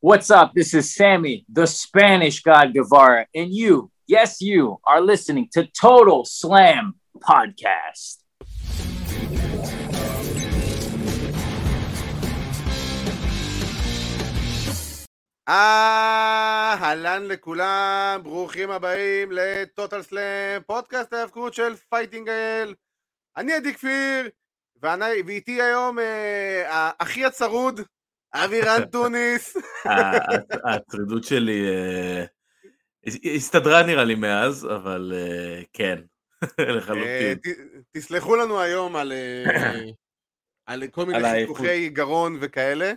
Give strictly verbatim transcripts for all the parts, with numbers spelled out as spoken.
What's up? This is Sammy, the Spanish God Guevara, and you, yes, you, are listening to Total Slam Podcast. אהלן לכולם, ברוכים הבאים לטוטל סלאם, פודקאסט ההאבקות של פייטינג אל. אני עדי כפיר, ואני, ואיתי היום אה, אחי הצרוד, אבירן טוניס. הצרידות שלי אה, הסתדרה נראה לי מאז, אבל אה, כן, לחלוטין. אה, ת, תסלחו לנו היום על, אה, על כל מיני חיכוכי גרון וכאלה.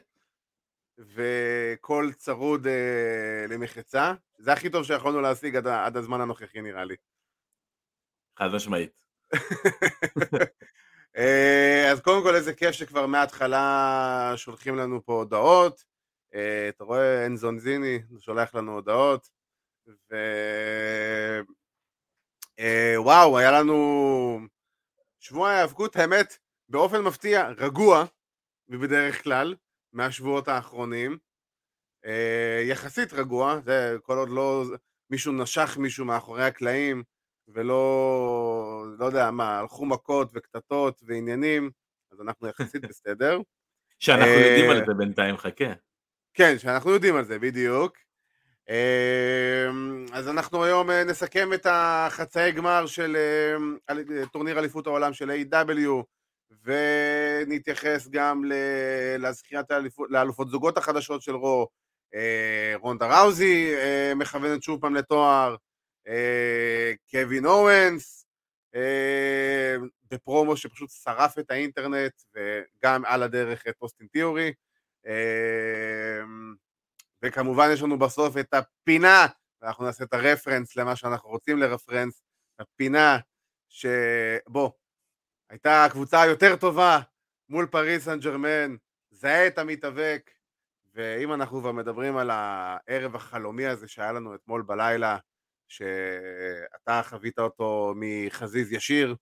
וכל צרוד אה, למחצה, זה הכי טוב שיכולנו להשיג עד, עד הזמן הנוכחי נראה לי. חד משמעית. אה, אז קודם כל איזה כיף שכבר מההתחלה שולחים לנו פה הודעות, אה, אתה רואה אנזון זיני שולח לנו הודעות, ו... אה, וואו, היה לנו שבוע ההאבקות, האמת, באופן מפתיע, רגוע, ובדרך כלל, מהשבועות האחרונים, יחסית רגוע, זה כל עוד לא מישהו נשך מישהו מאחורי הקלעים, ולא, לא יודע מה, הלכו מכות וקטטות ועניינים, אז אנחנו יחסית בסדר. שאנחנו יודעים על זה בינתיים, חכה. כן, שאנחנו יודעים על זה, בדיוק. אז אנחנו היום נסכם את החצאי גמר של טורניר אליפות העולם של איי דאבליו, ונתייחס גם לזכיית לאלופות זוגות החדשות של רו, רונדה ראוזי מכוונת שוב פעם לתואר, קווין אורנס בפרומו שפשוט שרף את האינטרנט, וגם על הדרך את אוסטין תיאורי, וכמובן יש לנו בסוף את הפינה, ואנחנו נעשה את הרפרנס למה שאנחנו רוצים לרפרנס, הפינה שבוא, הייתה הקבוצה היותר טובה מול פריס סן ז'רמן, זהה את המתאבק, ואם אנחנו כבר מדברים על הערב החלומי הזה שהיה לנו אתמול בלילה, שאתה חווית אותו מחזיז ישיר,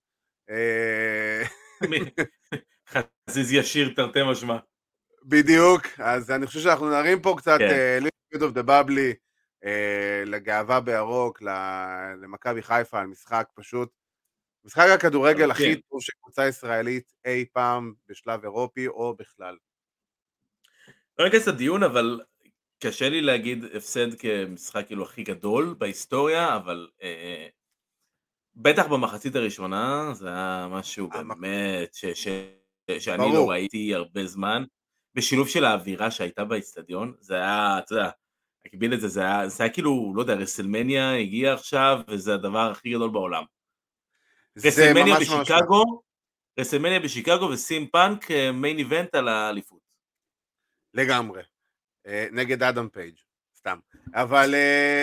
חזיז ישיר תרתי משמע. בדיוק, אז אני חושב שאנחנו נרים פה קצת ליד אוף דה בבלי, לגאווה בירוק, למכבי חיפה, על משחק פשוט, משחק הכדורגל הכי טוב של קבוצה ישראלית אי פעם בשלב אירופי או בכלל. לא ניכנס לדיון, אבל קשה לי להגיד הפסד כמשחק כאילו הכי גדול בהיסטוריה, אבל אה, בטח במחצית הראשונה זה היה משהו באמת ש, ש, שאני ברור. לא ראיתי הרבה זמן, בשילוב של האווירה שהייתה באצטדיון, זה היה, אתה יודע, הקביל את זה, זה היה, זה היה כאילו, לא יודע, רסלמניה הגיע עכשיו, וזה הדבר הכי גדול בעולם. רסלמניה בשיקגו, רסלמניה בשיקגו וסים פאנק מיין איבנט על האליפות. לגמרי. נגד אדם פייג', סתם. אבל,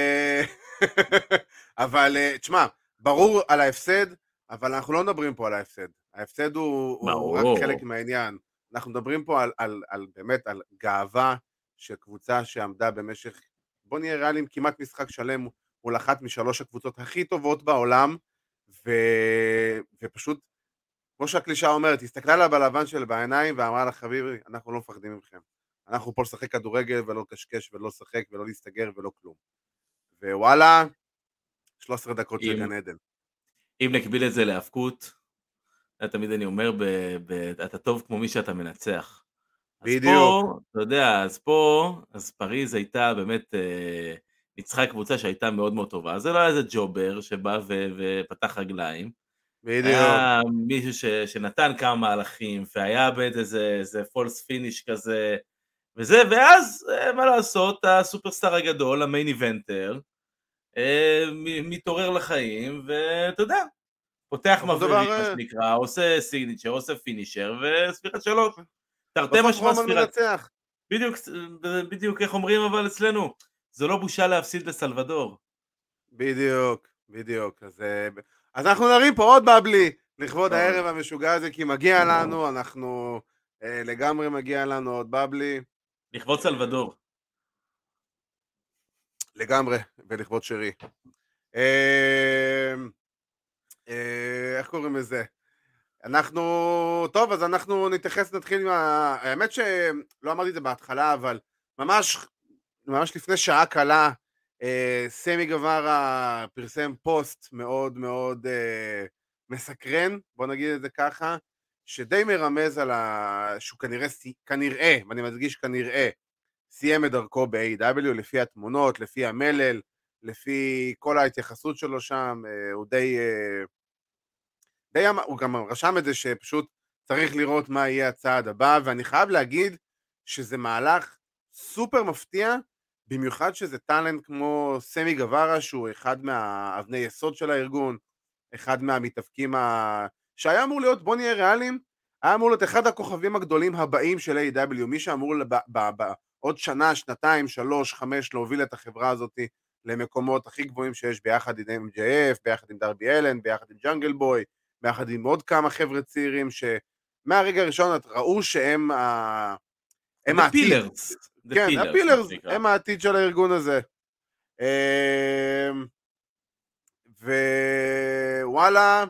אבל, תשמע, ברור על ההפסד, אבל אנחנו לא מדברים פה על ההפסד. ההפסד הוא, הוא רק חלק מהעניין. אנחנו מדברים פה על, על, על, באמת על גאווה של קבוצה שעמדה במשך, בוא נהיה ריאליים, כמעט משחק שלם מול אחת משלוש הקבוצות הכי טובות בעולם, ו... ופשוט, כמו שהקלישה אומרת, הסתכלה לה בלבן של בעיניים ואמרה לה, חביבי, אנחנו לא מפחדים מכם. אנחנו פה לשחק כדורגל ולא קשקש ולא לשחק ולא להסתגר ולא כלום. ווואלה, שלוש עשרה דקות של גן עדן. אם נקביל את זה להאבקות, תמיד אני אומר, ב, ב, אתה טוב כמו מי שאתה מנצח. בדיוק. אז פה, אתה יודע, אז פה, אז פריז הייתה באמת, אה, ניצחה קבוצה שהייתה מאוד מאוד טובה. זה לא היה איזה ג'ובר שבא ו, ופתח רגליים. בדיוק. היה מישהו ש, שנתן כמה מהלכים, והיה באיזה איזה פולס פיניש כזה, וזה, ואז, מה לעשות, הסופרסטאר הגדול, המיין איבנטר, אה, מתעורר לחיים, ואתה יודע, פותח מבריק, מה שנקרא, עושה סיגניצ'ר, עושה פינישר, וספירת שלוש. תרתי משמע ספירת. בדיוק, בדיוק איך אומרים אבל אצלנו, זה לא בושה להפסיד לסלבדור. בדיוק, בדיוק. אז, אז אנחנו נרים פה עוד בבלי, לכבוד הערב המשוגע הזה, כי מגיע לנו, אנחנו אה, לגמרי מגיע לנו עוד בבלי. לכבוד סלבדור. לגמרי, ולכבוד שרי. אה... איך קוראים לזה? אנחנו, טוב, אז אנחנו נתייחס, נתחיל עם ה... האמת שלא אמרתי את זה בהתחלה, אבל ממש ממש לפני שעה קלה, אה, סמי גווארה פרסם פוסט מאוד מאוד אה, מסקרן, בוא נגיד את זה ככה, שדי מרמז על ה... שהוא כנראה, כנראה, ואני מדגיש כנראה, סיים את דרכו ב-איי דאבליו, לפי התמונות, לפי המלל, לפי כל ההתייחסות שלו שם, אה, הוא די... אה, די... הוא גם רשם את זה שפשוט צריך לראות מה יהיה הצעד הבא, ואני חייב להגיד שזה מהלך סופר מפתיע, במיוחד שזה טלנט כמו סמי גווארה, שהוא אחד מהאבני יסוד של הארגון, אחד מהמתאבקים ה... שהיה אמור להיות, בוא נהיה ריאליים, היה אמור להיות אחד הכוכבים הגדולים הבאים של איי דאבליו, מי שאמור ב- ב- ב- עוד שנה, שנתיים, שלוש, חמש, להוביל את החברה הזאת למקומות הכי גבוהים שיש, ביחד עם אם ג'יי אף, ביחד עם דרבי אלן, ביחד עם ג'אנגל בוי, ביחד עם עוד כמה חבר'ה צעירים, שמהרגע הראשון ראו שהם ה... הם העתיד. כן, הפילרס, הם העתיד של הארגון הזה. ווואלה,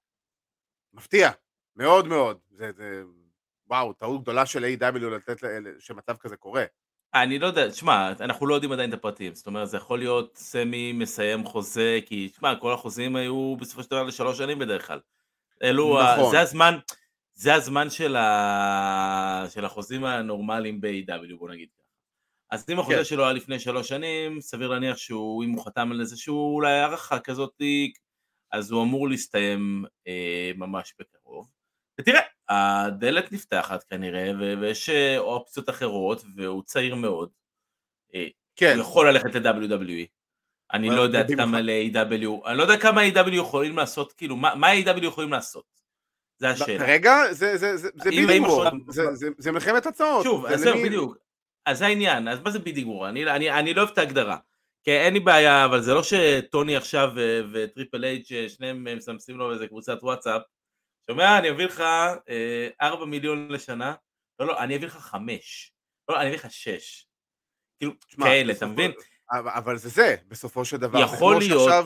מפתיע, מאוד מאוד. זה, זה, וואו, טעות גדולה של איי דאבליו לתת שמצב כזה קורה. אני לא יודע, תשמע, אנחנו לא יודעים עדיין את הפרטים, זאת אומרת, זה יכול להיות סמי מסיים חוזה, כי תשמע, כל החוזים היו בסופו של דבר לשלוש שנים בדרך כלל. אלו, נכון. זה הזמן, זה הזמן של, ה... של החוזים הנורמליים ב-איי דאבליו, בוא נגיד. אז אם החוזה כן. שלו היה לפני שלוש שנים, סביר להניח שהוא, אם הוא חתם על איזשהו אולי הערכה כזאת, אז הוא אמור להסתיים אה, ממש בקרוב. ותראה, הדלת נפתחת כנראה, ויש אופציות אחרות, והוא צעיר מאוד. כן. הוא יכול ללכת ל-דאבליו דאבליו אי. אני לא יודע כמה ל-איי דאבליו, אני לא יודע כמה איי דאבליו יכולים לעשות, כאילו, מה איי דאבליו יכולים לעשות? זה השאלה. כרגע, זה בידינג וור, זה מלחמת הצעות. שוב, אז זהו, בדיוק. אז זה העניין, אז מה זה בידינג וור? אני לא אוהב את ההגדרה. כי אין לי בעיה, אבל זה לא שטוני עכשיו וטריפל אייץ' שניהם מסמסים לו איזה קבוצת וואטסאפ, שומע, אני אביא לך ארבע מיליון לשנה, לא, לא, אני אביא לך חמש, לא, אני אביא לך שש, כאילו, כאלה, אתה מבין? אבל זה זה, בסופו של דבר. יכול להיות.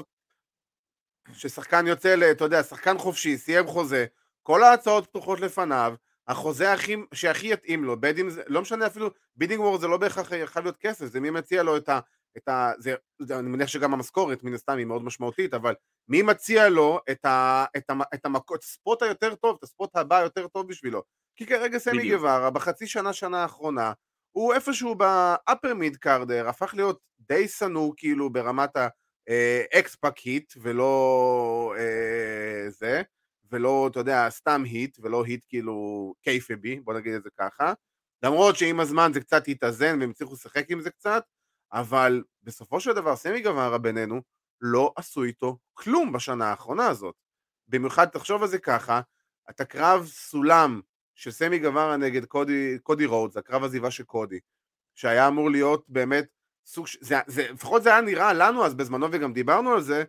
ששחקן יוצא, אתה יודע, שחקן חופשי, סיים חוזה, כל ההצעות פתוחות לפניו, החוזה שהכי יתאים לו, לא משנה אפילו, בידינג וור זה לא בהכרח יכול להיות כסף, זה מי מציע לו את ה... את ה זה, אני מניח שגם המשכורת מן הסתם היא מאוד משמעותית, אבל מי מציע לו את, ה, את, ה, את, המקו, את הספוט היותר טוב, את הספוט הבא יותר טוב בשבילו? כי כרגע סמי גווארה, בחצי שנה שנה האחרונה, הוא איפשהו באפר מיד קארדר, הפך להיות די סנור כאילו ברמת האקספאק היט, ולא אה, זה, ולא, אתה יודע, סתם היט, ולא היט כאילו קייפבי, בוא נגיד את זה ככה, למרות שעם הזמן זה קצת התאזן, והם צריכו לשחק עם זה קצת, אבל בסופו של דבר סמי גווארה בינינו לא עשו איתו כלום בשנה האחרונה הזאת. במיוחד תחשוב על זה ככה, את הקרב סולם של סמי גווארה נגד קודי, קודי רודס, הקרב עזיבה של קודי, שהיה אמור להיות באמת סוג, זה, זה, לפחות זה היה נראה לנו אז בזמנו וגם דיברנו על זה,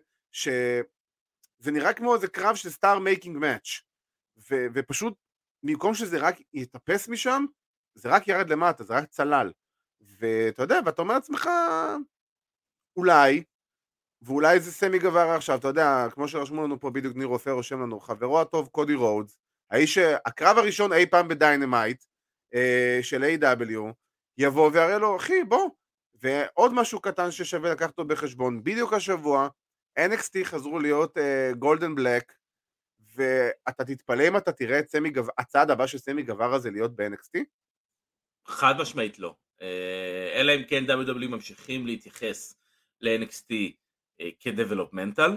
שזה נראה כמו איזה קרב של סטאר מייקינג מאץ', ופשוט במקום שזה רק יתאפס משם, זה רק ירד למטה, זה רק צלל. ואתה יודע, ואתה אומר לעצמך, אולי, ואולי זה סמי גווארה עכשיו, אתה יודע, כמו שרשמו לנו פה בדיוק ניר רופא רושם לנו, חברו הטוב קודי רודס, האיש, הקרב הראשון אי פעם בדיינמייט, אה, של איי דאבליו, יבוא והראה לו, אחי, בוא, ועוד משהו קטן ששווה לקחת אותו בחשבון, בדיוק השבוע, אן אקס טי חזרו להיות גולדן uh, בלק, ואתה תתפלא אם אתה תראה את סמי גווארה, הצעד הבא של סמי גווארה זה להיות ב-אן אקס טי? חד משמעית לא. אלא אם כן דאבליו דאבליו אי ממשיכים להתייחס ל-אן אקס טי כדבלופמנטל,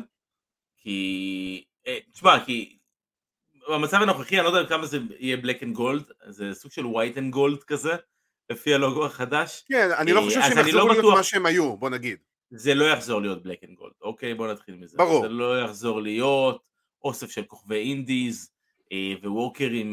כי, תשמע, כי במצב הנוכחי, אני לא יודע כמה זה יהיה בלק אנד גולד, זה סוג של ווייט אנד גולד כזה, לפי הלוגו החדש. כן, אני לא חושב שהם יחזרו להיות מה שהם היו, בוא נגיד. זה לא יחזור להיות בלק אנד גולד, אוקיי, בוא נתחיל מזה. ברור. זה לא יחזור להיות אוסף של כוכבי אינדיז, וווקרים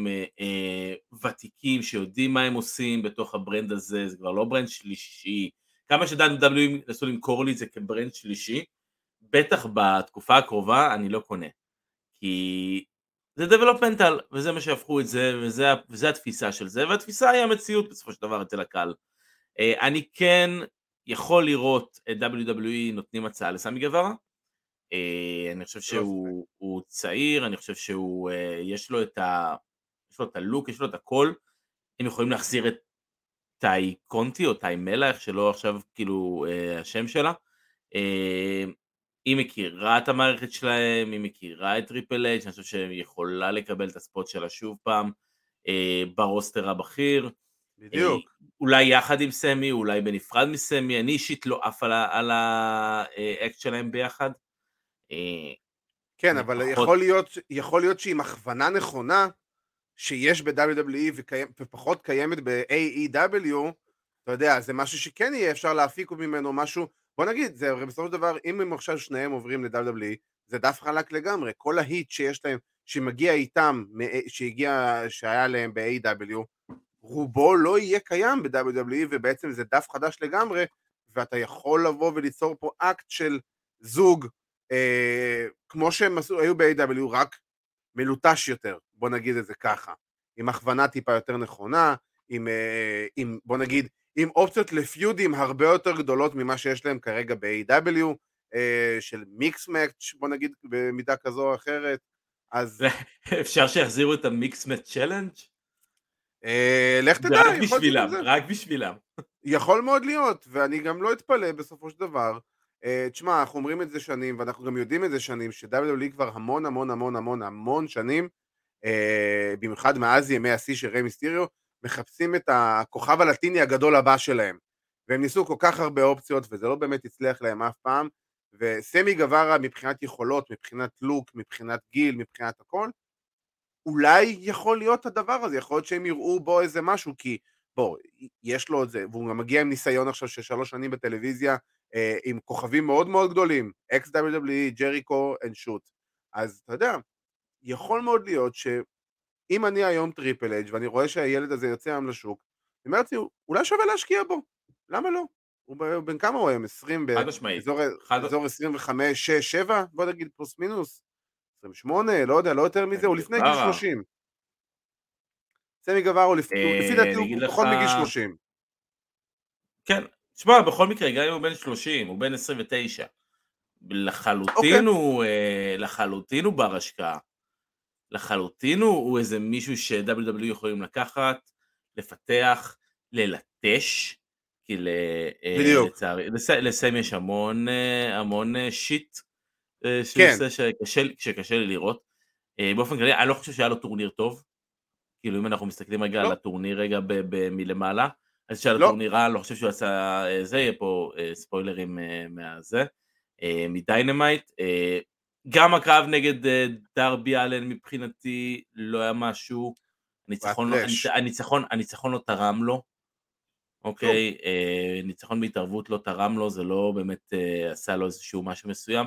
ותיקים שיודעים מה הם עושים בתוך הברנד הזה, זה כבר לא ברנד שלישי, כמה שדאבליו דאבליו אי נסו למכור לי זה כברנד שלישי, בטח בתקופה הקרובה אני לא קונה, כי זה דבלופמנטל, וזה מה שהפכו את זה, וזה, וזה התפיסה של זה, והתפיסה היא המציאות בסופו של דבר אצל הקהל. אני כן יכול לראות את דאבליו דאבליו אי נותנים הצעה לסמי גווארה, אני חושב שהוא צעיר, אני חושב שהוא, יש לו את ה... יש לו את הלוק, יש לו את הכל, הם יכולים להחזיר את טאי קונטי או טאי מלח, שלא עכשיו כאילו אה, השם שלה, אה, היא מכירה את המערכת שלהם, היא מכירה את טריפל אייץ', אני חושב שהיא יכולה לקבל את הספוט שלה שוב פעם, אה, ברוסטר הבכיר, בדיוק. אה, אולי יחד עם סמי, אולי בנפרד מסמי, אני אישית לא עף על, על האקט שלהם ביחד. אה, כן, אבל פחות... יכול להיות, יכול להיות שעם הכוונה נכונה, שיש ב-דאבליו דאבליו אי וקיים, ופחות קיימת ב-איי אי דאבליו, אתה יודע, זה משהו שכן יהיה אפשר להפיק ממנו משהו, בוא נגיד, זה הרי בסופו של דבר, אם הם עכשיו שניהם עוברים ל-דאבליו דאבליו אי, זה דף חלק לגמרי, כל ההיט שיש להם, שמגיע איתם, שהגיע, שהיה להם ב-איי אי דאבליו, רובו לא יהיה קיים ב-דאבליו דאבליו אי, ובעצם זה דף חדש לגמרי, ואתה יכול לבוא וליצור פה אקט של זוג, אה, כמו שהם עשו, היו ב-איי דאבליו, רק מלוטש יותר, בוא נגיד את זה ככה, עם הכוונה טיפה יותר נכונה, עם, אה, עם בוא נגיד, עם אופציות לפיודים הרבה יותר גדולות ממה שיש להם כרגע ב-איי דאבליו, אה, של מיקס מאץ' בוא נגיד במידה כזו או אחרת, אז... אפשר שיחזירו את המיקס מאץ' צ'לנג'? אה, לך תדע, רק יכול להיות בשבילם, זה. רק בשבילם. יכול מאוד להיות, ואני גם לא אתפלא בסופו של דבר. Uh, תשמע, אנחנו אומרים את זה שנים, ואנחנו גם יודעים את זה שנים, ש-דאבליו דאבליו אי כבר המון המון המון המון המון שנים, uh, במיוחד מאז ימי השיא של ריי מיסטריו, מחפשים את הכוכב הלטיני הגדול הבא שלהם. והם ניסו כל כך הרבה אופציות, וזה לא באמת הצליח להם אף פעם, וסמי גווארה מבחינת יכולות, מבחינת לוק, מבחינת גיל, מבחינת הכל, אולי יכול להיות הדבר הזה, יכול להיות שהם יראו בו איזה משהו, כי בוא, יש לו את זה, והוא גם מגיע עם ניסיון עכשיו של שלוש שנים בטלוויזיה, אה, עם כוכבים מאוד מאוד גדולים, אקס דאבליו דאבליו אי, ג'ריקו אנד שוט, אז אתה יודע, יכול מאוד להיות שאם אני היום טריפל אייץ' ואני רואה שהילד הזה יוצא היום לשוק, אני אומר לעצמי, אולי שווה להשקיע בו, למה לא? הוא בין כמה הוא היום? עשרים באזור עשרים וחמש, שש, שבע? בוא נגיד פלוס מינוס, עשרים ושמונה, לא יודע, לא יותר מזה, הוא לפני גיל שלושים. סמי גווארה הוא לפי דעתי הוא פחות מגיל שלושים. כן, תשמע, בכל מקרה, גם אם הוא בן שלושים, הוא בן עשרים ותשע. לחלוטין הוא, לחלוטין הוא בר השקעה. לחלוטין הוא איזה מישהו ש-דאבליו דאבליו אי יכולים לקחת, לפתח, ללטש, כי לסמי יש המון, המון שיט, שקשה לי לראות. באופן כללי, אני לא חושב שהיה לו טורניר טוב, כאילו אם אנחנו מסתכלים רגע על הטורניר רגע מלמעלה, אז שהיה לו טורניר, אני לא חושב שהוא עשה זה, יהיה פה ספוילרים מהזה, מדיינמייט, גם הקרב נגד דרבי אלן מבחינתי לא היה משהו, הניצחון לא תרם לו, אוקיי, ניצחון בהתערבות לא תרם לו, זה לא באמת עשה לו איזשהו משהו מסוים,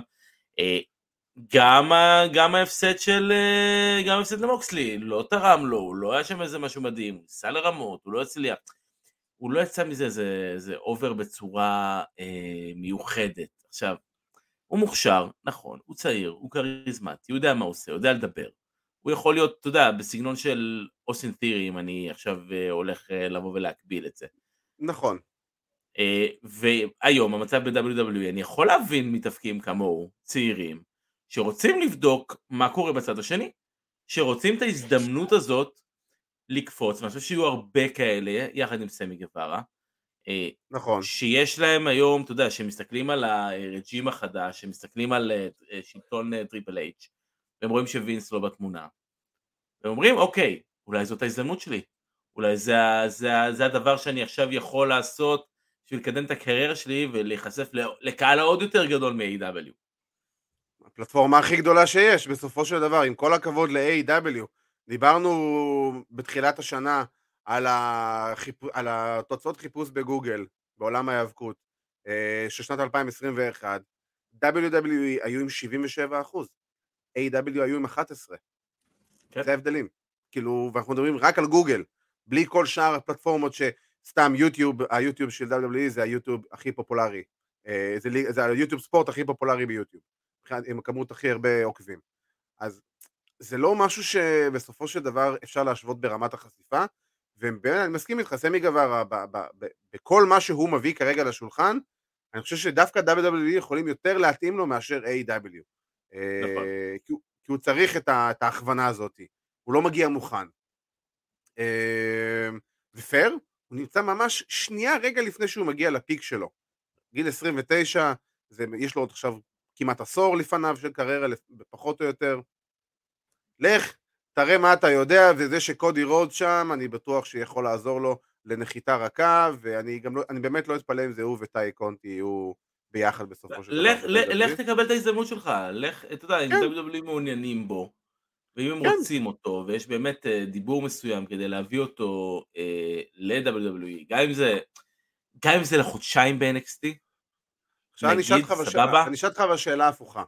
גם, גם ההפסד של, גם ההפסד למוקסלי, לא תרם לו, הוא לא היה שם איזה משהו מדהים, הוא ניסה לרמות, הוא לא הצליח, הוא לא יצא מזה, זה, זה אובר בצורה אה, מיוחדת. עכשיו, הוא מוכשר, נכון, הוא צעיר, הוא קריזמטי, הוא יודע מה הוא עושה, הוא יודע לדבר, הוא יכול להיות, אתה יודע, בסגנון של אוסטין תירי, אם אני עכשיו אה, הולך אה, לבוא ולהקביל את זה. נכון. אה, והיום, המצב ב-דאבליו דאבליו אי, אני יכול להבין מתפקידים כמוהו, צעירים, שרוצים לבדוק מה קורה בצד השני, שרוצים את ההזדמנות הזאת לקפוץ, ואני חושב שיהיו הרבה כאלה, יחד עם סמי גווארה, נכון. שיש להם היום, אתה יודע, שמסתכלים על הרג'ים החדש, שמסתכלים על שלטון טריפל אייץ', והם רואים שווינס לא בתמונה, והם אומרים, אוקיי, אולי זאת ההזדמנות שלי, אולי זה, זה, זה הדבר שאני עכשיו יכול לעשות, בשביל לקדם את הקריירה שלי, ולהיחשף לקהל עוד יותר גדול מ-איי דאבליו. הפלטפורמה הכי גדולה שיש, בסופו של דבר, עם כל הכבוד ל-איי דאבליו, דיברנו בתחילת השנה על, החיפ... על התוצאות חיפוש בגוגל, בעולם ההיאבקות, של שנת אלפיים עשרים ואחת, דאבליו דאבליו אי היו עם שבעים ושבע אחוז, איי דאבליו היו עם אחת עשרה. כן. זה ההבדלים. כאילו, ואנחנו מדברים רק על גוגל, בלי כל שאר הפלטפורמות שסתם יוטיוב, היוטיוב של דאבליו דאבליו אי זה היוטיוב הכי פופולרי, זה, זה היוטיוב ספורט הכי פופולרי ביוטיוב. עם הכמות הכי הרבה עוקבים. אז זה לא משהו שבסופו של דבר אפשר להשוות ברמת החשיפה, ואני מסכים איתך, סמי גווארה, בכל מה שהוא מביא כרגע לשולחן, אני חושב שדווקא דאבליו דאבליו אי יכולים יותר להתאים לו מאשר איי דאבליו. נכון. כי הוא צריך את ההכוונה הזאת, הוא לא מגיע מוכן. ופייר, הוא נמצא ממש שנייה רגע לפני שהוא מגיע לפיק שלו. גיל עשרים ותשע, זה, יש לו עוד עכשיו כמעט עשור לפניו של קריירה, פחות או יותר. לך, תראה מה אתה יודע, וזה שקודי רוד שם, אני בטוח שיכול לעזור לו לנחיתה רכה, ואני גם לא, אני באמת לא אתפלא אם זה הוא וטאי קונטי יהיו ביחד בסופו של דבר. לך תקבל את ההזדמנות שלך, לך, אתה יודע, אם דאבליו דאבליו אי מעוניינים בו, ואם הם רוצים אותו, ויש באמת דיבור מסוים כדי להביא אותו ל-דאבליו דאבליו אי, גם אם זה, גם אם זה לחודשיים ב-אן אקס טי, נגיד, סבבה? אני אשאל אותך בשאלה הפוכה.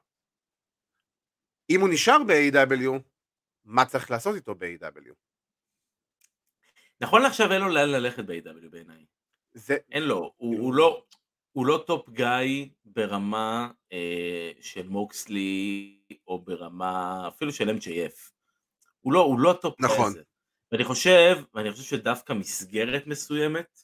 אם הוא נשאר ב-איי דאבליו, מה צריך לעשות איתו ב-איי דאבליו? נכון לעכשיו אין לו לאן ללכת ב-איי דאבליו בעיניי. אין לו, הוא לא... הוא לא טופ גאי ברמה אה, של מוקסלי, או ברמה אפילו של אם ג'יי אף. הוא לא, הוא לא טופ גאי נכון. הזה. ואני חושב, ואני חושב שדווקא מסגרת מסוימת,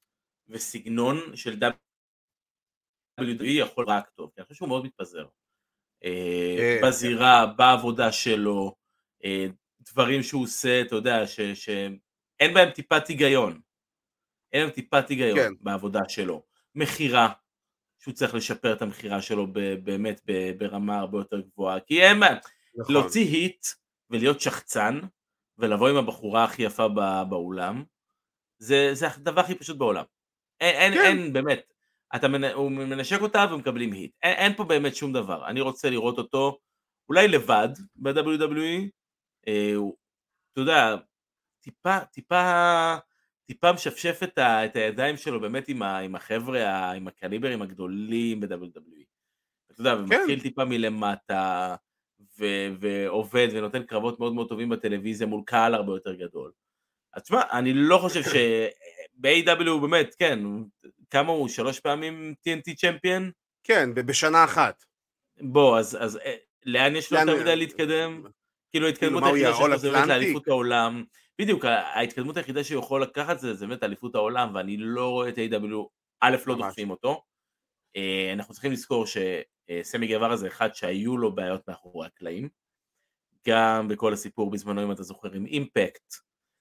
וסגנון של דאבליו דאבליו אי יכול רק טוב, כי אני חושב שהוא מאוד מתפזר. אה, אה, בזירה, כן. בעבודה שלו, אה, דברים שהוא עושה, אתה יודע, ש, שאין בהם טיפת היגיון. אין בהם טיפת היגיון כן. בעבודה שלו. מחירה, שהוא צריך לשפר את המחירה שלו באמת ברמה הרבה יותר גבוהה, כי הם נכון. להוציא היט ולהיות שחצן, ולבוא עם הבחורה הכי יפה באולם, זה, זה הדבר הכי פשוט בעולם. אין, כן. אין, אין באמת, אתה מנ... הוא מנשק אותה ומקבלים היט, אין, אין פה באמת שום דבר, אני רוצה לראות אותו, אולי לבד ב-דאבליו דאבליו אי, אה, אתה יודע, טיפה, טיפה, טיפה משפשף את, ה, את הידיים שלו באמת עם, ה, עם החבר'ה, עם הקליברים הגדולים ב-דאבליו דאבליו אי. אתה יודע, ומתחיל כן. טיפה מלמטה, ו, ועובד ונותן קרבות מאוד מאוד טובים בטלוויזיה מול קהל הרבה יותר גדול. אז תשמע, אני לא חושב ש-איי דאבליו באמת, כן, כמה הוא? שלוש פעמים טי אן טי צ'מפיון? כן, בשנה אחת. בוא, אז, אז לאן יש לו יותר מדי להתקדם? כאילו ההתקדמות היחידה שלו זה באמת לאליפות העולם. בדיוק, ההתקדמות היחידה שהוא יכול לקחת זה, זה באמת אליפות העולם, ואני לא רואה את איי דאבליו, א' לא דוחפים אותו. אנחנו צריכים לזכור שסמי גווארה זה אחד שהיו לו בעיות מאחורי הקלעים, גם בכל הסיפור בזמנו, אם אתה זוכר, עם אימפקט,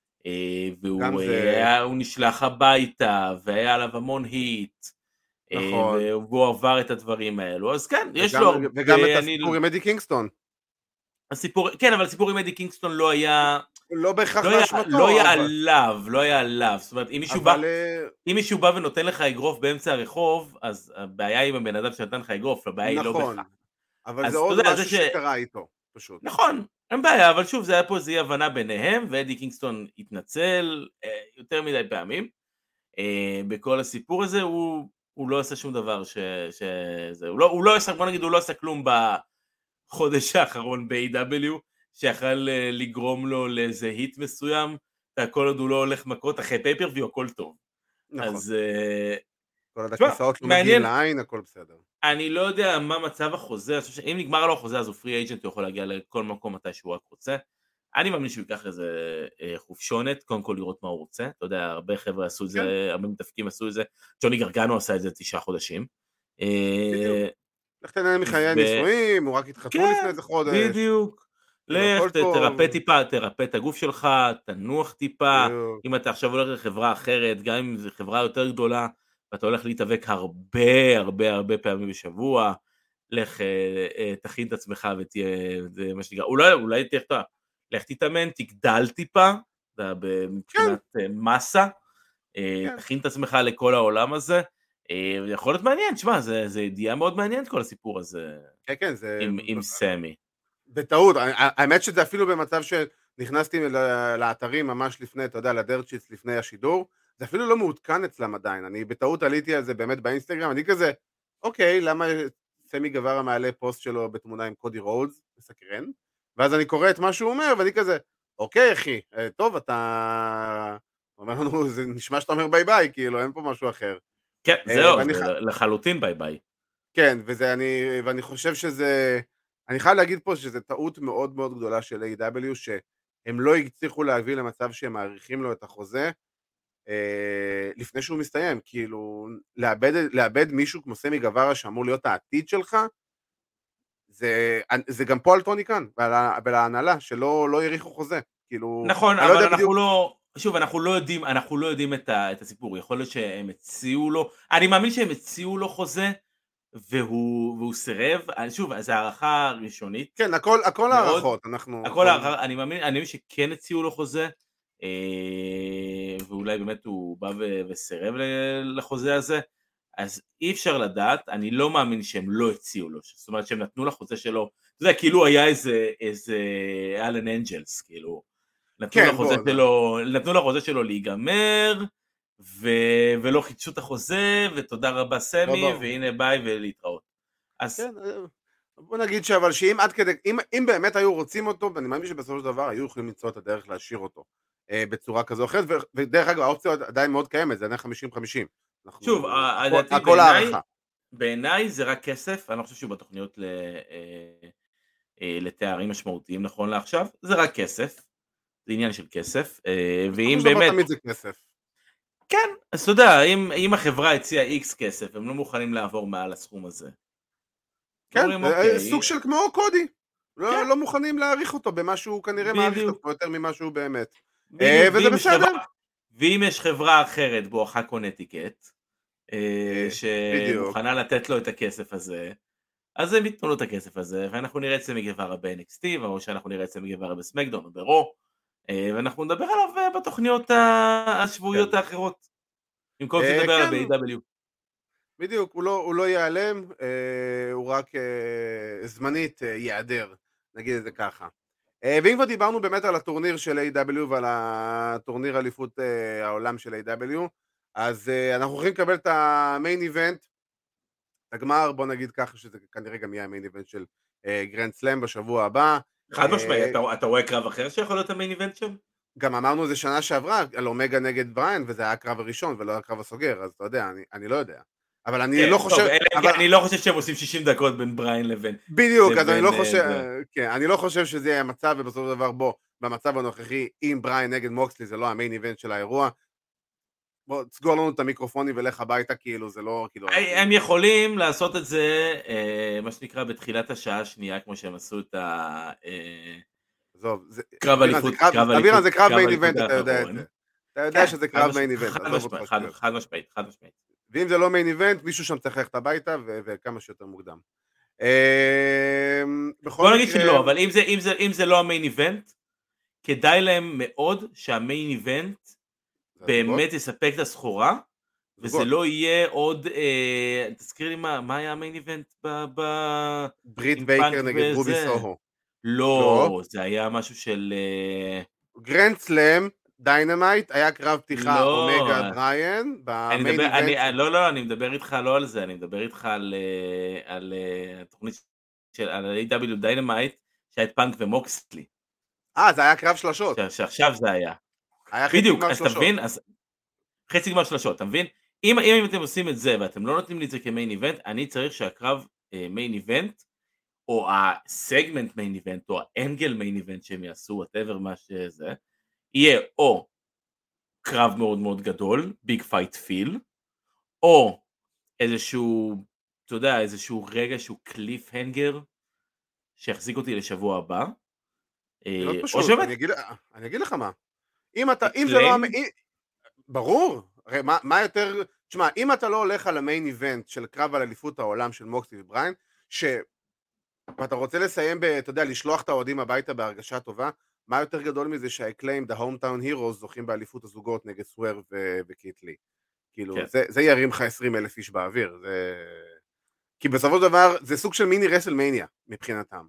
והוא היה, הוא נשלח הביתה, והיה עליו המון היט, נכון. והוא עבר את הדברים האלו, אז כן, יש לו... וגם את הסיפור עם אדי קינגסטון. הסיפור, כן, אבל הסיפור עם אדי קינגסטון לא היה... לא בהכרח באשמתו. לא היה עליו, לא היה עליו. זאת אומרת, אם מישהו בא ונותן לך אגרוף באמצע הרחוב, אז הבעיה היא עם הבן אדם שנתן לך אגרוף, הבעיה היא לא בך. אבל זה עוד משהו שקרה איתו, פשוט. נכון, אין בעיה, אבל שוב, זה היה פה איזו הבנה ביניהם, ואדי קינגסטון התנצל יותר מדי פעמים. בכל הסיפור הזה, הוא לא עשה שום דבר שזה... הוא לא עשה, בוא נגיד, הוא לא עשה כלום בחודש האחרון ב-איי דאבליו, שיכל לגרום לו לאיזה היט מסוים, והכל עוד הוא לא הולך מכות, אחרי פייפריוויו הכל טוב. נכון. אז... כל עוד הכיסאות לא מגיעים לעין, הכל בסדר. אני לא יודע מה מצב החוזה, אני חושב שאם נגמר לו החוזה, אז הוא פרי אייג'נט, הוא יכול להגיע לכל מקום מתי שהוא רק רוצה. אני מאמין שהוא ייקח איזה חופשונת, קודם כל לראות מה הוא רוצה. אתה יודע, הרבה חבר'ה עשו את זה, הרבה מתאפקים עשו את זה. ג'וני גרגנו עשה את זה תשעה חודשים. לך תנהל מחיי הנישואים, הוא רק התחתנו לפני איזה חודש. בדיוק. לך, תרפא טיפה, תרפא את הגוף שלך, תנוח טיפה, אם אתה עכשיו הולך לחברה אחרת, גם אם זו חברה יותר גדולה, ואתה הולך להתאבק הרבה הרבה הרבה פעמים בשבוע, לך תכין את עצמך ותהיה, זה מה שנקרא, אולי, אולי תהיה, לך תתאמן, תגדל טיפה, מבחינת מסה, תכין את עצמך לכל העולם הזה, יכול להיות מעניין, תשמע, זה ידיעה מאוד מעניינת כל הסיפור הזה, עם סמי. בטעות, האמת שזה אפילו במצב שנכנסתי לאתרים ממש לפני, אתה יודע, לדרצ'יץ לפני השידור, זה אפילו לא מעודכן אצלם עדיין, אני בטעות עליתי על זה באמת באינסטגרם, אני כזה, אוקיי, למה סמי גווארה מעלה פוסט שלו בתמונה עם קודי רודס, מסקרן, ואז אני קורא את מה שהוא אומר, ואני כזה, אוקיי אחי, טוב, אתה אומר לנו, זה נשמע שאתה אומר ביי ביי, כאילו, אין פה משהו אחר. כן, זהו, לחלוטין ביי ביי. כן, ואני חושב שזה... אני חייב להגיד פה שזה טעות מאוד מאוד גדולה של איי דאבליו, שהם לא הצליחו להביא למצב שהם מעריכים לו את החוזה, אה, לפני שהוא מסתיים, כאילו, לאבד, לאבד מישהו כמו סמי גווארה שאמור להיות העתיד שלך, זה, זה גם פה על טוני כאן, ועל ההנהלה, שלא לא יריחו חוזה, כאילו... נכון, אבל אנחנו בדיוק... לא, שוב, אנחנו לא יודעים, אנחנו לא יודעים את, ה, את הסיפור, יכול להיות שהם הציעו לו, אני מאמין שהם הציעו לו חוזה, והוא, והוא סירב, שוב, זו הערכה ראשונית. כן, הכל, הכל הערכות, אנחנו... הכל הערכה, אני מאמין, אני מאמין שכן הציעו לו חוזה, ואולי באמת הוא בא ו, וסירב לחוזה הזה, אז אי אפשר לדעת, אני לא מאמין שהם לא הציעו לו, זאת אומרת שהם נתנו לחוזה שלו, אתה יודע, כאילו היה איזה, איזה אלן אנג'לס, כאילו, נתנו, כן, לחוזה שלו, נתנו לחוזה שלו להיגמר, ו, ולא חידשו את החוזה, ותודה רבה סמי, לא, והנה ביי ולהתראות. אז... כן, בוא נגיד שאבל שאם עד כדי, אם, אם באמת היו רוצים אותו, ואני מאמין שבסופו של דבר היו יכולים למצוא את הדרך להשאיר אותו, אה, בצורה כזו או אחרת, ודרך אגב, האופציה עדיין מאוד קיימת, זה עדיין חמישים חמישים. שוב, הכל, הכל הערכה. בעיניי זה רק כסף, אני לא חושב שהוא בתוכניות ל, אה, אה, לתארים משמעותיים נכון לעכשיו, זה רק כסף, זה עניין של כסף, אה, ואם באמת... תמיד זה כסף. כן, אז אתה יודע, אם, אם החברה הציעה איקס כסף, הם לא מוכנים לעבור מעל הסכום הזה. כן, אוקיי. סוג של כמו קודי, כן. לא, לא מוכנים להעריך אותו במשהו, כנראה מעריך אותו יותר ממשהו באמת. אה, וזה בסדר. חברה, ואם יש חברה אחרת בואכה קונטיקט, אה, שמוכנה לתת לו את הכסף הזה, אז הם ייתנו לו את הכסף הזה, ואנחנו נראה את סמי גווארה ב-אן אקס טי, או שאנחנו נראה את סמי גווארה בסמקדאון או ברו, ואנחנו נדבר עליו בתוכניות השבועיות האחרות. עם כל זה נדבר עליו ב-איי דאבליו. בדיוק, הוא לא, הוא לא ייעלם, הוא רק זמנית ייעדר, נגיד את זה ככה. ואם כבר דיברנו באמת על הטורניר של איי דאבליו ועל הטורניר אליפות העולם של איי דאבליו, אז אנחנו הולכים לקבל את המיין איבנט, הגמר, בוא נגיד ככה שזה כנראה גם יהיה המיין איבנט של גרנד סלאם בשבוע הבא. חד משמעי, אתה, אתה רואה קרב אחר שיכול להיות המיין איבנט שם? גם אמרנו זה שנה שעברה, על אומגה נגד בריין, וזה היה הקרב הראשון ולא הקרב הסוגר, אז אתה יודע, אני, אני לא יודע. אבל אני לא חושב... אני לא חושב שהם עושים שישים דקות בין בריין לבין... בדיוק, אז אני לא חושב... כן, אני לא חושב שזה יהיה המצב, ובסופו של דבר בו, במצב הנוכחי, אם בריין נגד מוקסלי, זה לא המיין איבנט של האירוע. בוא, תסגור לנו את המיקרופונים ולך הביתה, כאילו, זה לא... הם יכולים לעשות את זה, מה שנקרא, בתחילת השעה השנייה, כמו שהם עשו את ה... עזוב, קרב אליפות, אבירן זה קרב מיין איבנט, אתה יודע את זה. אתה יודע שזה קרב מיין איבנט. חד משמעית, חד משמעית. ואם זה לא מיין איבנט, מישהו שם צריך ללכת הביתה, וכמה שיותר מוקדם. בוא נגיד שלא, אבל אם זה לא המיין איבנט, כדאי להם מאוד שהמיין איבנט באמת יספק את הסחורה, וזה לא יהיה עוד, תזכיר לי מה היה המיין איבנט ב... ברית בייקר נגד רובי סוהו. לא, זה היה משהו של... גרנד סלאם, דיינמייט, היה קרב פתיחה אומגה בריין, במיין איבנט. לא, לא, אני מדבר איתך לא על זה, אני מדבר איתך על התוכנית של איי דאבליו דיינמייט, שהיה את פאנק ומוקסלי. אה, זה היה קרב שלשות. שעכשיו זה היה. בדיוק, אז תבין, חצי גמר שלשות, אתה מבין? אם אתם עושים את זה, ואתם לא נותנים לי את זה כמיין איבנט, אני צריך שהקרב מיין איבנט, או הסגמנט מיין איבנט, או האנגל מיין איבנט שהם יעשו, whatever מה שזה, יהיה או קרב מאוד מאוד גדול, ביג פייט פיל, או איזשהו, אתה יודע, איזשהו רגע שהוא קליף הנגר, שיחזיק אותי לשבוע הבא. לא פשוט, אני אגיד, אני אגיד לך מה. אם אתה, אם זה לא, ברור, הרי מה, מה יותר, תשמע, אם אתה לא הולך על המיין איבנט של קרב על אליפות העולם של מוקסלי ובריין, ש... ואתה רוצה לסיים ב, אתה יודע, לשלוח את האוהדים הביתה בהרגשה טובה, מה יותר גדול מזה שהאקליים, the hometown heroes, זוכים באליפות הזוגות נגד סוור וקיט לי. כאילו, כן. זה, זה ירים לך עשרים אלף איש באוויר. זה... כי בסופו של דבר, זה סוג של מיני רסלמניה, מבחינתם.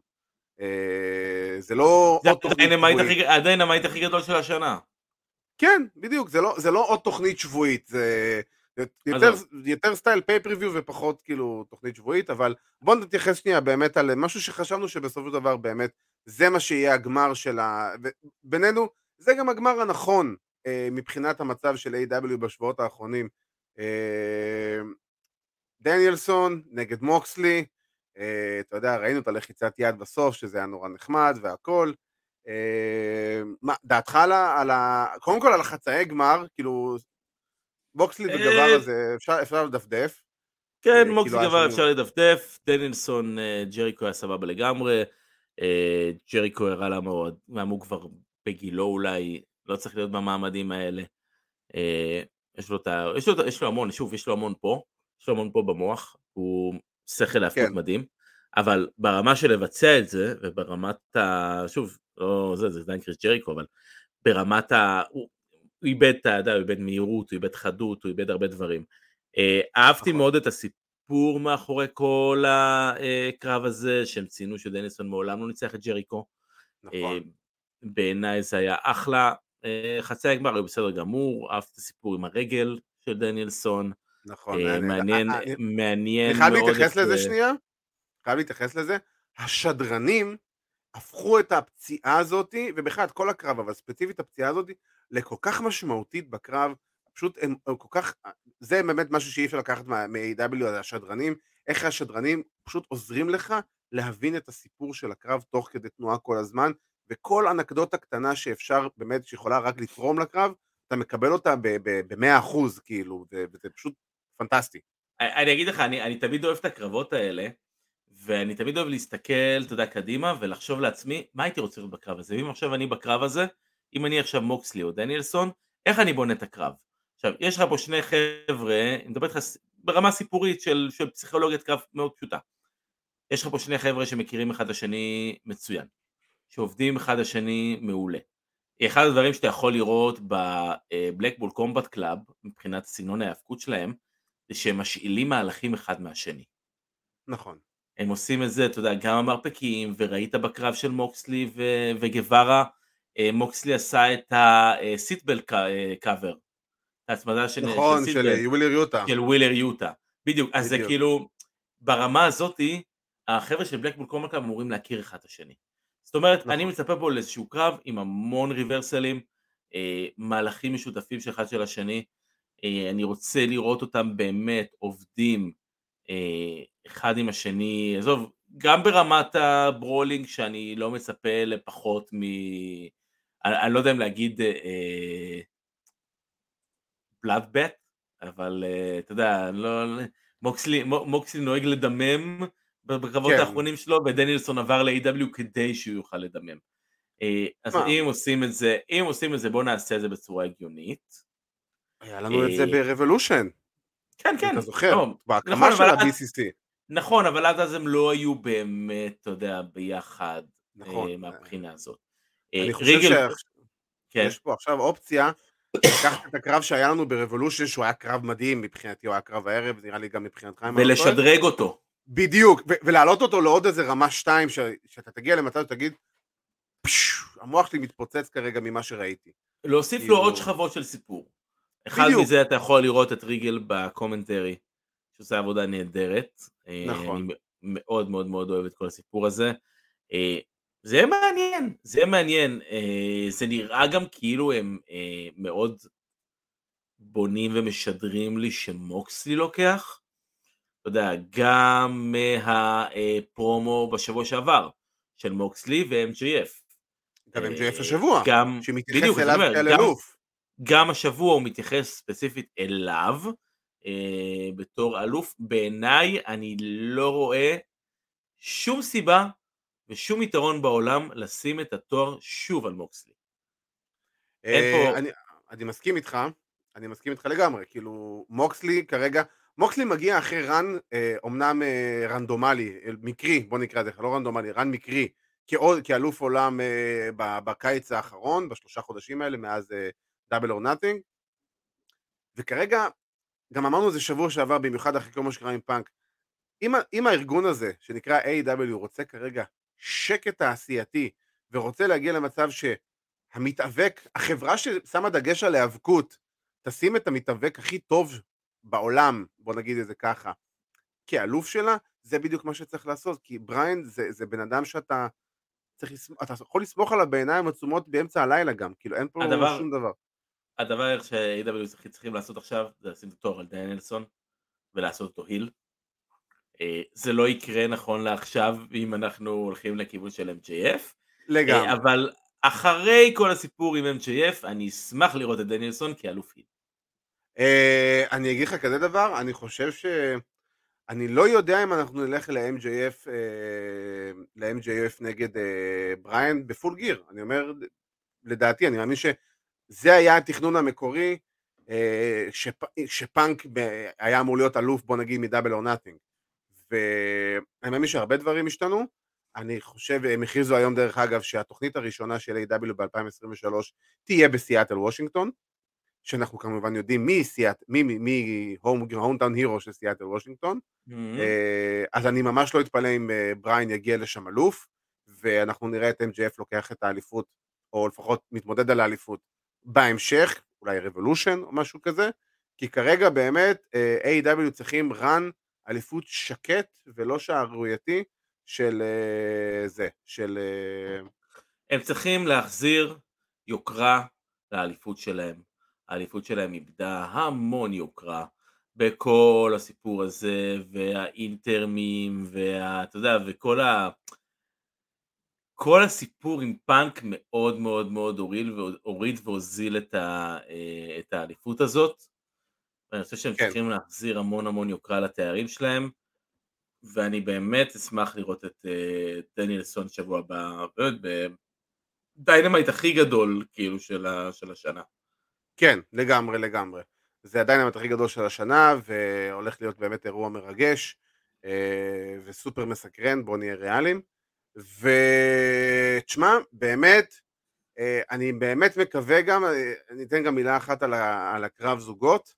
זה לא... זה הדיינמייט הכי גדול של השנה. כן, בדיוק, זה לא, זה לא עוד תוכנית שבועית, זה... יותר, יותר סטייל פייפריוויו ופחות כאילו תוכנית שבועית, אבל בואו נתייחס שנייה באמת על משהו שחשבנו שבסופו של דבר באמת זה מה שיהיה הגמר של ה... בינינו, זה גם הגמר הנכון אה, מבחינת המצב של איי דאבליו בשבועות האחרונים. אה, דניאלסון נגד מוקסלי, אה, אתה יודע, ראינו את הלחיצת יד בסוף, שזה היה נורא נחמד והכל. אה, מה, דעתך על ה... על ה... קודם כל על החצאי גמר, כאילו... מוקסלי וגווארה זה אפשר לדפדף. כן, מוקסלי וגווארה אפשר לדפדף, דניאלסון, ג'ריקו היה סבבה לגמרי, ג'ריקו הראה למה הוא כבר בגילו אולי לא צריך להיות במעמדים האלה. יש לו, יש לו, יש לו המון, שוב, יש לו המון פה, יש לו המון פה במוח, הוא שכל להפקות כן. מדהים, אבל ברמה של לבצע את זה, וברמת ה... שוב, לא זה, זה עדיין קריס ג'ריקו, אבל ברמת ה... הוא, הוא איבד את הידע, הוא איבד מהירות, הוא איבד חדות, הוא איבד הרבה דברים. אהבתי נכון. מאוד את הסיפור מאחורי כל הקרב הזה, שהם ציינו שדניאלסון מעולם לא ניצח את ג'ריקו. נכון. בעיניי זה היה אחלה, חצי הגמר הוא בסדר גמור, אהבתי את הסיפור עם הרגל של דניאלסון. נכון. מעניין, מעניין מאוד. אני חייב להתייחס לזה שנייה, חייב להתייחס לזה, השדרנים הפכו את הפציעה הזאת, ובכלל את כל הקרב, אבל ספציפית הפציעה הזאת, לכל כך משמעותית בקרב, פשוט הם, הם כל כך, זה באמת משהו שאי אפשר לקחת מ-איי דאבליו, השדרנים, איך השדרנים פשוט עוזרים לך להבין את הסיפור של הקרב תוך כדי תנועה כל הזמן, וכל אנקדוטה קטנה שאפשר באמת, שיכולה רק לתרום לקרב, אתה מקבל אותה ב-מאה אחוז, כאילו, וזה פשוט פנטסטי. אני אגיד לך, אני, אני תמיד אוהב את הקרבות האלה, ואני תמיד אוהב להסתכל, אתה יודע, קדימה, ולחשוב לעצמי, מה הייתי רוצה לראות בקרב הזה? ואם עכשיו אני בקרב הזה, אם אני עכשיו מוקסלי או דניאלסון, איך אני בונה את הקרב? עכשיו, יש לך פה שני חבר'ה, אני מדבר איתך ברמה סיפורית של, של פסיכולוגיית קרב מאוד פשוטה. יש לך פה שני חבר'ה שמכירים אחד השני מצוין, שעובדים אחד השני מעולה. אחד הדברים שאתה יכול לראות בבלקבול קומבט קלאב, מבחינת סגנון ההאבקות שלהם, זה שהם משאילים מהלכים אחד מהשני. נכון. הם עושים את זה, אתה יודע, גם המרפקים, וראית בקרב של מוקסלי ו- וגווארה, מוקסלי עשה את הסיטבל קאבר, ההצמדה של, נכון, של, של ווילר יוטה. של ווילר יוטה, בדיוק, אז בדיוק. זה כאילו, ברמה הזאת, החבר'ה של בלקבול קומבט קלאב אמורים להכיר אחד את השני. זאת אומרת, נכון. אני מצפה פה לאיזשהו קרב עם המון ריברסלים, אה, מהלכים משותפים של אחד של השני, אה, אני רוצה לראות אותם באמת עובדים אה, אחד עם השני, עזוב, גם ברמת הברולינג שאני לא מצפה לפחות מ... אני, אני לא יודע אם להגיד אה, בלאדבט, אבל אה, אתה יודע, לא, מוקסלי, מוקסלי נוהג לדמם, בקרבות כן. האחרונים שלו, ודניאלסון עבר ל-איי דאבליו כדי שהוא יוכל לדמם. אז מה? אם עושים את זה, אם עושים את זה, בואו נעשה את זה בצורה הגיונית. היה לנו את זה ב-Revolution. כן, כן. אתה זוכר, בהקמה של ה-בי סי סי. נכון, אבל עד אז הם לא היו באמת, אתה יודע, ביחד, מהבחינה הזאת. אני חושב שיש פה עכשיו אופציה, לקחת את הקרב שהיה לנו ב-Revolution, שהוא היה קרב מדהים מבחינתי, הוא היה קרב הערב, נראה לי גם מבחינתך. ולשדרג אותו. בדיוק, ולהעלות אותו לעוד איזה רמה שתיים, שאתה תגיע למצב ותגיד, המוח שלי מתפוצץ כרגע ממה שראיתי. להוסיף לו עוד שכבות של סיפור. אחד מזה אתה יכול לראות את ריגל בקומנטרי, שעושה עבודה נהדרת. נכון. אני מאוד מאוד מאוד אוהב את כל הסיפור הזה. זה יהיה מעניין, זה יהיה מעניין. זה נראה גם כאילו הם מאוד בונים ומשדרים לי שמוקסלי לוקח. אתה יודע, גם מהפרומו בשבוע שעבר, של מוקסלי ו-אם ג'יי אף. גם אם ג'יי אף השבוע, שמתייחס אליו כאל אלוף. גם השבוע הוא מתייחס ספציפית אליו, בתור אלוף. בעיניי אני לא רואה שום סיבה, ושום יתרון בעולם, לשים את התואר שוב על מוקסלי. אני מסכים איתך, אני מסכים איתך לגמרי, כאילו מוקסלי כרגע, מוקסלי מגיע אחרי רן, אומנם רנדומלי, מקרי, בוא נקרא זה, לא רנדומלי, רן מקרי, כאלוף עולם בקיץ האחרון, בשלושה חודשים האלה, מאז דאבל אור נאטינג, וכרגע, גם אמרנו זה שבוע שעבר, במיוחד אחרי כל מה שקרה עם פאנק, אם, אם הארגון הזה, שנקרא איי דאבליו, רוצה כרגע שקט תעשייתי, ורוצה להגיע למצב שהמתאבק, החברה ששמה דגש על ההיאבקות, תשים את המתאבק הכי טוב בעולם, בוא נגיד את זה ככה, כאלוף שלה, זה בדיוק מה שצריך לעשות, כי בריין זה, זה בן אדם שאתה צריך, אתה יכול לסמוך עליו בעיניים עצומות באמצע הלילה גם, כאילו אין פה הדבר, שום דבר. הדבר ש-איי דאבליו צריכים לעשות עכשיו, זה לשים את התואר על דניאלסון, ולעשות אותו היל. זה לא יקרה נכון לעכשיו, אם אנחנו הולכים לכיוון של אם ג'יי אף. לגמרי. אבל אחרי כל הסיפור עם אם ג'יי אף, אני אשמח לראות את דניאלסון כאלוף היל. אני אגיד לך כזה דבר, אני חושב ש... אני לא יודע אם אנחנו נלך ל-אם ג'יי אף, ל-אם ג'יי אף נגד בריין בפול גיר. אני אומר, לדעתי, אני מאמין זה היה התכנון המקורי, שפ, שפאנק היה אמור להיות אלוף, בוא נגיד, מדאבל או נאטינג. ואני מאמין שהרבה דברים השתנו. אני חושב, הם הכריזו היום דרך אגב, שהתוכנית הראשונה של איי דאבליו ב-אלפיים עשרים ושלוש תהיה בסיאטל וושינגטון, שאנחנו כמובן יודעים מי סיאט, מי, מי, הום-טאון הירו של סיאטל וושינגטון, mm-hmm. אז אני ממש לא אתפלא אם בריין יגיע לשם אלוף, ואנחנו נראה את אם ג'י אף לוקח את האליפות, או לפחות מתמודד על האליפות, בהמשך, אולי רבולושן או משהו כזה, כי כרגע באמת איי דאבליו צריכים רן אליפות שקט ולא שערורייתי של זה, של... הם צריכים להחזיר יוקרה לאליפות שלהם. האליפות שלהם איבדה המון יוקרה בכל הסיפור הזה, והאינטרמים, ואתה יודע, וכל ה... כל הסיפור עם פאנק מאוד מאוד מאוד הוריד והוזיל את, ה... את האליפות הזאת. ואני חושב שהם כן. צריכים להחזיר המון המון יוקרה לתארים שלהם, ואני באמת אשמח לראות את דניאלסון שבוע הבא, בדיינמייט הכי גדול כאילו של, ה... של השנה. כן, לגמרי, לגמרי. זה הדיינמייט הכי גדול של השנה, והולך להיות באמת אירוע מרגש, וסופר מסקרן, בוא נהיה ריאליים. ותשמע, באמת, אני באמת מקווה גם, אני אתן גם מילה אחת על, ה, על הקרב זוגות,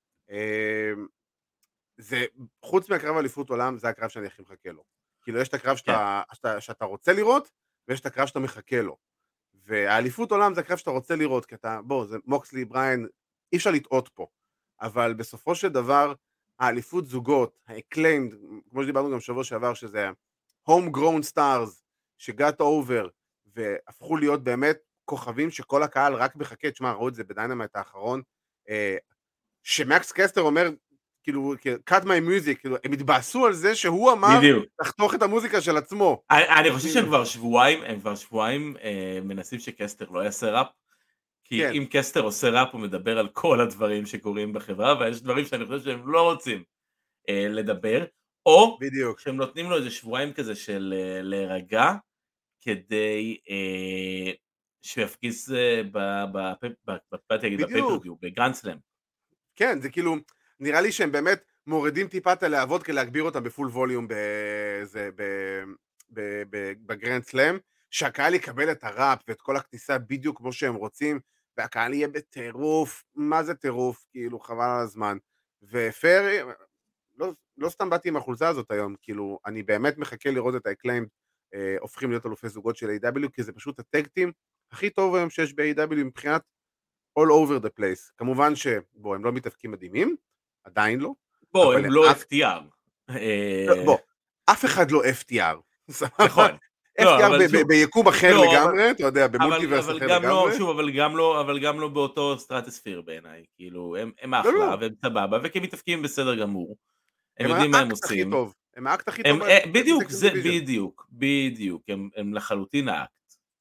זה, חוץ מהקרב אליפות עולם, זה הקרב שאני הכי מחכה לו. כאילו, יש את הקרב שאתה, yeah. שאתה, שאתה רוצה לראות, ויש את הקרב שאתה מחכה לו. והאליפות עולם זה הקרב שאתה רוצה לראות, כי אתה, בוא, זה מוקסלי, בריין, אי אפשר לטעות פה. אבל בסופו של דבר, האליפות זוגות, ה-acclaimed, כמו שדיברנו גם שבוע שעבר, שזה homegrown stars, שגאט אובר, והפכו להיות באמת כוכבים שכל הקהל רק מחכה, תשמע, ראו את זה בדיינמייט האחרון, שמקס קסטר אומר, כאילו, cut my music, כאילו, הם התבאסו על זה שהוא אמר לחתוך את המוזיקה של עצמו. אני חושב שהם כבר שבועיים, הם כבר שבועיים מנסים שקסטר לא יעשה ראפ, כי אם קסטר עושה ראפ הוא מדבר על כל הדברים שקורים בחברה, ויש דברים שאני חושב שהם לא רוצים לדבר, או שהם נותנים לו איזה שבועיים כזה של להירגע, כדי שיפגיס בפייפריוויו, בגרנד סלאם. כן, זה כאילו, נראה לי שהם באמת מורידים טיפה את הלהבות כדי להגביר אותם בפול ווליום בגרנד סלאם, שהקהל יקבל את הראפ ואת כל הכניסה בדיוק כמו שהם רוצים, והקהל יהיה בטירוף, מה זה טירוף, כאילו חבל על הזמן. ופרי, לא, לא סתם באתי עם החולצה הזאת היום, כאילו אני באמת מחכה לראות את ה-acclaimed אה, הופכים להיות אלופי זוגות של איי דאבליו, כי זה פשוט הטקטים הכי טוב היום שיש ב-איי דאבליו מבחינת all over the place. כמובן שבו, הם לא מתאבקים מדהימים, עדיין לא. בוא, הם לא אף טי אר. בוא, אף אחד לא אף טי אר. נכון. אף טי אר ביקום אחר לגמרי, אתה יודע, במולטיברס אחר לגמרי. שוב, אבל גם לא באותו סטרטוספיר בעיניי. כאילו, הם אחלה, והם סבבה, וכי מתאבקים בסדר גמור. הם יודעים מה הם עושים. הם האקט הכי טוב. בדיוק, זה בדיוק, בדיוק. הם לחלוטין האקט.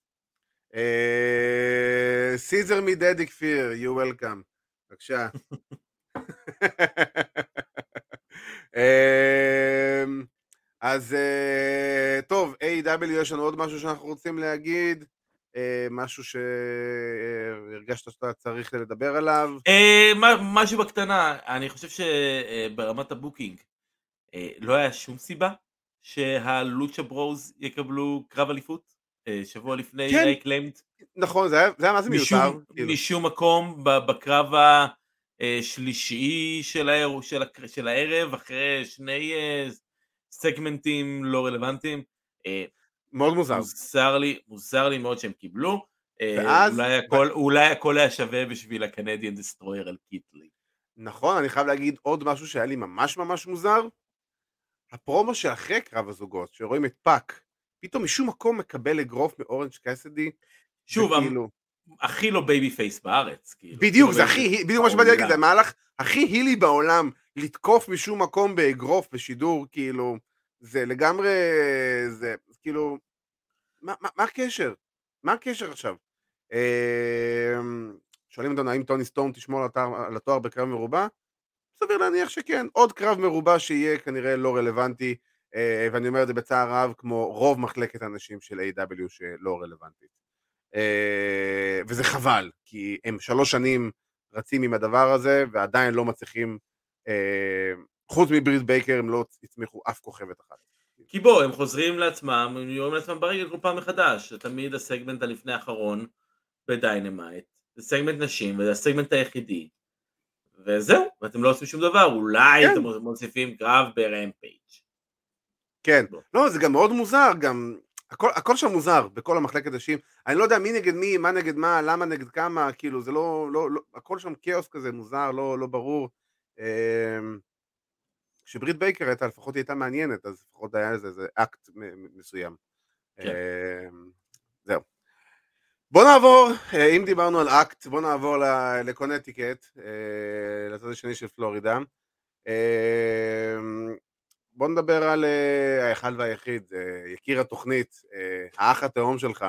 סיזר מדדי כפיר, you welcome. בבקשה. אז טוב, איי דאבליו יש לנו עוד משהו שאנחנו רוצים להגיד, משהו שהרגשת שאתה צריך לדבר עליו? משהו בקטנה, אני חושב שברמת הבוקינג לא היה שום סיבה שהלוצ'ה ברוז יקבלו קרב אליפות שבוע לפני האקליימד. נכון, זה היה מה זה מיותר. משום מקום בקרב השלישי של הערב, אחרי שני סגמנטים לא רלוונטיים. מאוד מוזר. מוזר לי, מוזר לי מאוד שהם קיבלו. אולי הכל היה שווה בשביל הקנדיאן דסטרויר על קיטלי. נכון, אני חייב להגיד עוד משהו שהיה לי ממש ממש מוזר. הפרומו שאחרי קרב הזוגות, שרואים את פאק, פתאום משום מקום מקבל אגרוף מאורנג' קאסידי. שוב, הכי לא בייבי פייס בארץ. בדיוק, זה הכי, בדיוק מה שבאתי להגיד, זה המהלך הכי הילי בעולם, לתקוף משום מקום באגרוף בשידור, כאילו, זה לגמרי, זה, כאילו, מה, מה, מה הקשר? מה הקשר עכשיו? שואלים אותנו, האם טוני סטון תשמור על התואר בקרב מרובע? סביר להניח שכן, עוד קרב מרובע שיהיה כנראה לא רלוונטי, ואני אומר את זה בצער רב, כמו רוב מחלקת אנשים של איי דאבליו שלא רלוונטית. וזה חבל, כי הם שלוש שנים רצים עם הדבר הזה, ועדיין לא מצליחים, חוץ מבריט בייקר, הם לא הצמיחו אף כוכבת אחת. כי בוא, הם חוזרים לעצמם, הם יורים לעצמם ברגל כל פעם מחדש, תמיד הסגמנט הלפני האחרון בדיינמייט, זה סגמנט נשים, וזה הסגמנט היחידי, וזהו, ואתם לא עושים שום דבר, אולי כן. אתם מוסיפים קרב ברמפייג'. כן, בוא. לא, זה גם מאוד מוזר, גם, הכל, הכל שם מוזר, בכל המחלקת נשים, אני לא יודע מי נגד מי, מה נגד מה, למה נגד כמה, כאילו, זה לא, לא, לא הכל שם כאוס כזה, מוזר, לא, לא ברור, כשברית בייקר הייתה, לפחות היא הייתה מעניינת, אז לפחות היה איזה, איזה אקט מסוים. כן. זהו. בוא נעבור, אם דיברנו על אקט, בוא נעבור לקונטיקט, לצד השני של פלורידה. בוא נדבר על האחד והיחיד, יקיר התוכנית, האח התאום שלך.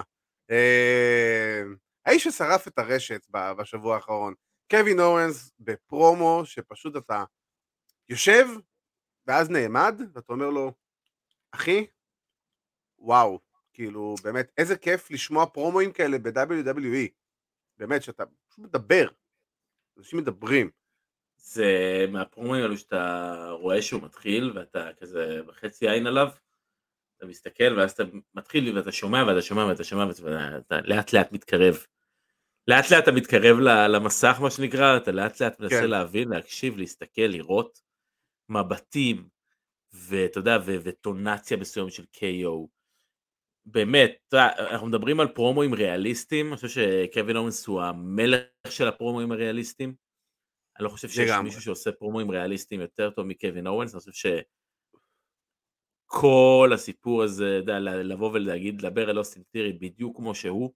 האיש ששרף את הרשת בשבוע האחרון. קווין אורנס בפרומו שפשוט אתה יושב ואז נעמד ואתה אומר לו, אחי, וואו. כאילו, באמת, איזה כיף לשמוע פרומואים כאלה ב-דאבליו דאבליו אי. באמת, שאתה פשוט מדבר. אנשים מדברים. זה מהפרומואים האלו שאתה רואה שהוא מתחיל, ואתה כזה בחצי עין עליו, אתה מסתכל, ואז אתה מתחיל, ואתה שומע, ואתה שומע, ואתה שומע, ואתה לאט לאט מתקרב. לאט לאט אתה מתקרב למסך, מה שנקרא, אתה לאט לאט מנסה כן. להבין, להקשיב, להסתכל, לראות מבטים, ואתה יודע, וטונציה מסוים של קיי או. באמת, אנחנו מדברים על פרומואים ריאליסטיים, אני חושב שקווין אורנס הוא המלך של הפרומואים הריאליסטיים, אני לא חושב שיש מישהו שעושה פרומואים ריאליסטיים יותר טוב מקווין אורנס, אני חושב שכל הסיפור הזה, לבוא ולהגיד, לדבר על אוסטין תירי בדיוק כמו שהוא,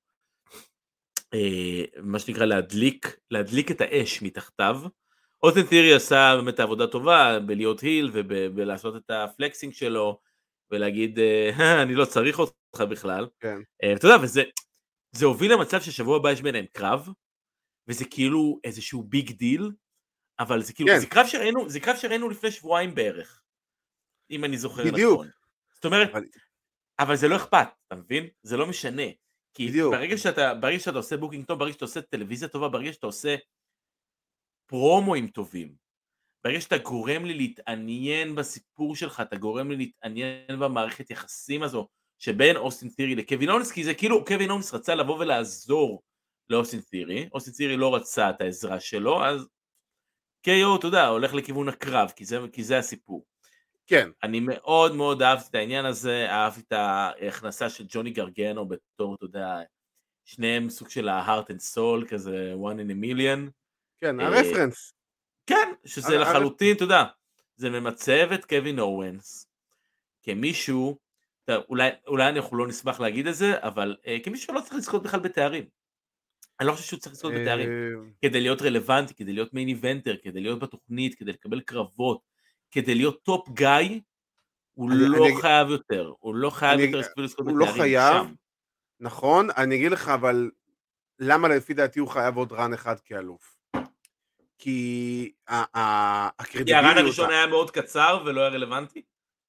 מה שנקרא להדליק, להדליק את האש מתחתיו, אוסטין תירי עשה באמת עבודה טובה בלהיות היל ובלעשות את הפלקסינג שלו, ולהגיד, אני לא צריך אותך בכלל. כן. אתה יודע, וזה זה הוביל למצב ששבוע הבא יש ביניהם קרב, וזה כאילו איזשהו ביג דיל, אבל זה כאילו, כן. זה קרב שראינו, זה קרב שראינו לפני שבועיים בערך, אם אני זוכר בדיוק. נכון. זאת אומרת, אבל... אבל זה לא אכפת, אתה מבין? זה לא משנה. כי בדיוק. ברגע שאתה, ברגע שאתה עושה בוקינג טוב, ברגע שאתה עושה טלוויזיה טובה, ברגע שאתה עושה פרומואים טובים, ברגע שאתה גורם לי להתעניין בסיפור שלך, אתה גורם לי להתעניין במערכת יחסים הזו, שבין אוסטין תירי לקווין אורנס, כי זה כאילו קווין אורנס רצה לבוא ולעזור לאוסטין תירי, אוסטין תירי לא רצה את העזרה שלו, אז קיי או, אתה יודע, הולך לכיוון הקרב, כי זה, כי זה הסיפור. כן. אני מאוד מאוד אהבתי את העניין הזה, אהבתי את ההכנסה של ג'וני גרגנו בתור, אתה יודע, שניהם סוג של ה-heart and soul, כזה one in a million. כן, הרפרנס. כן, שזה לחלוטין, אתה יודע, זה ממצב את קווין אורנס, כמישהו, אולי, אולי אנחנו לא נשמח להגיד את זה, אבל כמישהו לא צריך לזכות בכלל בתארים. אני לא חושב שהוא צריך לזכות בתארים, כדי להיות רלוונטי, כדי להיות מיין איבנטר, כדי להיות בתוכנית, כדי לקבל קרבות, כדי להיות טופ גאי, הוא לא חייב יותר, הוא לא חייב יותר לזכות בתארים. הוא לא חייב, נכון, אני אגיד לך, אבל למה לפי דעתי הוא חייב עוד רן אחד כאלוף? כי הקרדיביליות... כי הרן הראשון היה מאוד קצר ולא היה רלוונטי?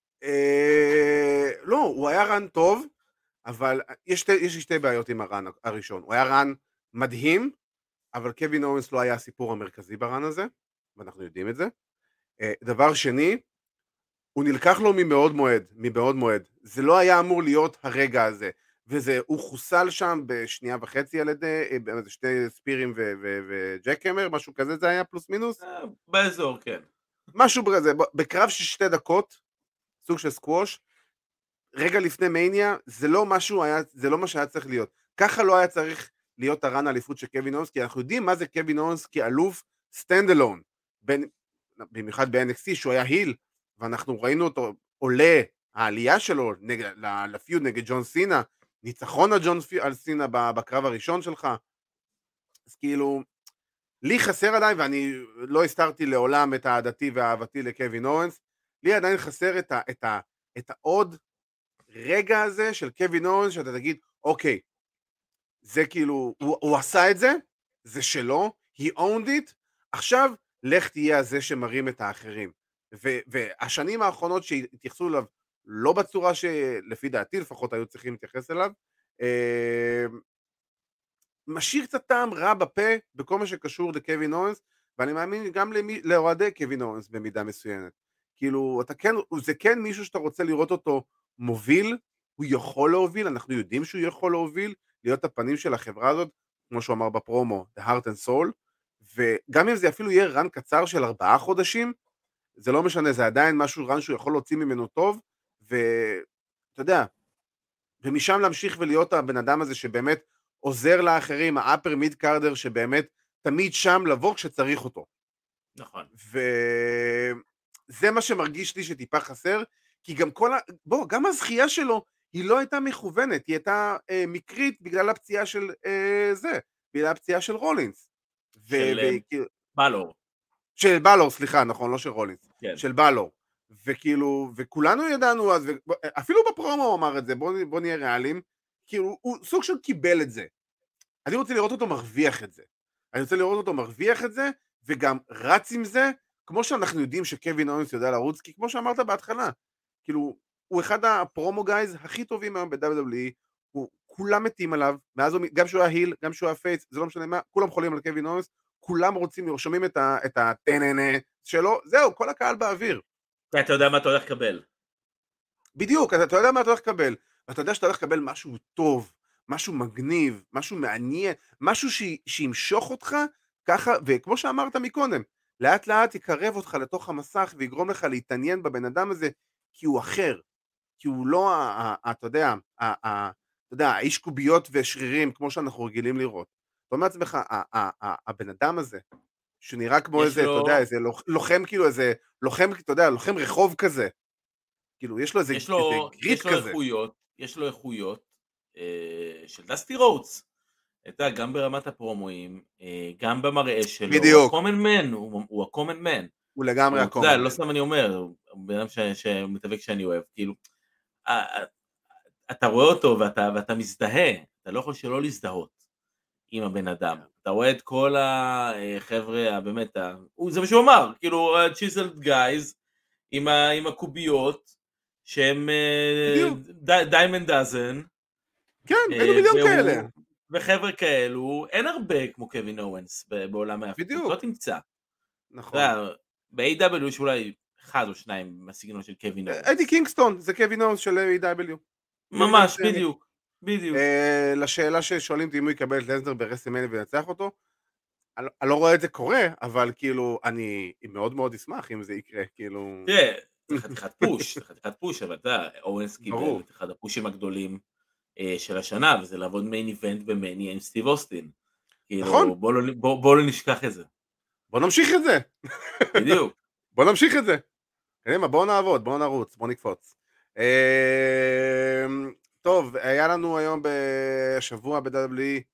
לא, הוא היה רן טוב, אבל יש לי שתי בעיות עם הרן הראשון. הוא היה רן מדהים, אבל קווין אורנס לא היה הסיפור המרכזי ברן הזה, ואנחנו יודעים את זה. דבר שני, הוא נלקח לו ממאוד מועד, מבעוד מועד. זה לא היה אמור להיות הרגע הזה, וזה, הוא חוסל שם בשנייה וחצי על ידי, שתי ספירים וג'קהמר, משהו כזה זה היה פלוס מינוס? באזור, כן. משהו כזה, בקרב של שתי דקות, סוג של סקווש, רגע לפני מניה, זה לא משהו היה, זה לא מה שהיה צריך להיות. ככה לא היה צריך להיות הרן האליפות של קווין אורנס, כי אנחנו יודעים מה זה קווין אורנס כאלוף סטנד אלון, במיוחד ב-אן אקס טי שהוא היה היל, ואנחנו ראינו אותו עולה, העלייה שלו לפיוד נגד ג'ון סינה, ניצחון על ג'ון על סינה בקרב הראשון שלך, אז כאילו, לי חסר עדיין, ואני לא הסתרתי לעולם את העדתי והאהבתי לקווין אורנס, לי עדיין חסר את, ה, את, ה, את העוד רגע הזה של קווין אורנס, שאתה תגיד, אוקיי, זה כאילו, הוא, הוא עשה את זה, זה שלו, he owned it, עכשיו לך תהיה הזה שמרים את האחרים. ו, והשנים האחרונות שהתייחסו אליו, לא בצורה שלפי דעתי לפחות היו צריכים להתייחס אליו, משאיר קצת טעם רע בפה בכל מה שקשור לקווין אורנס, ואני מאמין גם לאוהדי קווין אורנס במידה מסוימת. כאילו, אתה כן, זה כן מישהו שאתה רוצה לראות אותו מוביל, הוא יכול להוביל, אנחנו יודעים שהוא יכול להוביל, להיות הפנים של החברה הזאת, כמו שהוא אמר בפרומו, The Heart and Soul, וגם אם זה אפילו יהיה רן קצר של ארבעה חודשים, זה לא משנה, זה עדיין משהו רן שהוא יכול להוציא ממנו טוב, ואתה יודע, ומשם להמשיך ולהיות הבן אדם הזה שבאמת עוזר לאחרים, האפר מיד קארדר שבאמת תמיד שם לבוא כשצריך אותו. נכון. וזה מה שמרגיש לי שטיפה חסר, כי גם כל ה... בוא, גם הזכייה שלו היא לא הייתה מכוונת, היא הייתה אה, מקרית בגלל הפציעה של אה, זה, בגלל הפציעה של רולינס. של ו... בלור. של בלור, סליחה, נכון, לא של רולינס. כן. של בלור. וכאילו, וכולנו ידענו אז, ו... אפילו בפרומו הוא אמר את זה, בוא, בוא נהיה ריאליים, כאילו, הוא סוג של קיבל את זה. אני רוצה לראות אותו מרוויח את זה. אני רוצה לראות אותו מרוויח את זה, וגם רץ עם זה, כמו שאנחנו יודעים שקווין אורנס יודע לרוץ, כי כמו שאמרת בהתחלה, כאילו, הוא אחד הפרומו גייז הכי טובים היום ב-דאבליו דאבליו אי, הוא, כולם מתים עליו, מאז הוא, גם שהוא היה היל, גם שהוא היה פייס, זה לא משנה מה, כולם חולים על קווין אורנס, כולם רוצים, שומעים את הטננה שלו, זהו, כל הקהל באוויר. אתה יודע מה אתה הולך לקבל. בדיוק, אתה יודע מה אתה הולך לקבל, ואתה יודע שאתה הולך לקבל משהו טוב, משהו מגניב, משהו מעניין, משהו ש... שימשוך אותך ככה, וכמו שאמרת מקודם, לאט לאט יקרב אותך לתוך המסך ויגרום לך להתעניין בבן אדם הזה, כי הוא אחר, כי הוא לא, אתה יודע, אתה יודע, האיש קוביות ושרירים כמו שאנחנו רגילים לראות. זאת אומרת לעצמך, הבן אדם הזה, שנראה כמו איזה, לו... אתה יודע, איזה לוחם כאילו, איזה לוחם, אתה יודע, לוחם רחוב כזה, כאילו יש לו איזה, יש לו, איזה גריט יש לו כזה. איכויות, יש לו איכויות אה, של דסטי רודס, אתה יודע, גם ברמת הפרומואים, אה, גם במראה שלו, בדיוק. הוא הקומן מן, הוא, הוא הקומן מן. הוא לגמרי הקומן מן. לא סתם אני אומר, הוא בן אדם שמתאבק שאני אוהב, כאילו, אתה רואה אותו ואתה, ואתה מזדהה, אתה לא יכול שלא להזדהות עם הבן אדם. אתה רואה את כל החבר'ה, באמת, זה מה שהוא אמר, כאילו, chiseled guys, עם, ה, עם הקוביות, שהם דיימנד דאזן. כן, אין מיליון כאלה. וחבר'ה כאלו, אין הרבה כמו קווין אורנס בעולם ההפקות, לא תמצא. נכון. ב-איי דאבליו יש אולי אחד או שניים מהסגנון של קווין אורנס. אדי קינגסטון, זה קווין אורנס של איי דאבליו. ממש, בדיוק. בדיוק. לשאלה ששואלים אותי אם הוא יקבל את לזנר ברסלמניה וינצח אותו, אני לא רואה את זה קורה, אבל כאילו, אני מאוד מאוד אשמח אם זה יקרה, כאילו... תראה, זה חתיכת פוש, זה חתיכת פוש, אבל אתה יודע, אורנס קיבל את אחד הפושים הגדולים של השנה, וזה לעבוד מיין איבנט במניה עם סטיב אוסטין. נכון. בואו לא נשכח את זה. בואו נמשיך את זה. בדיוק. בואו נמשיך את זה. קדימה, בואו נעבוד, בואו נרוץ, בואו נקפוץ. טוב, היה לנו היום בשבוע ב-דאבליו דאבליו אי,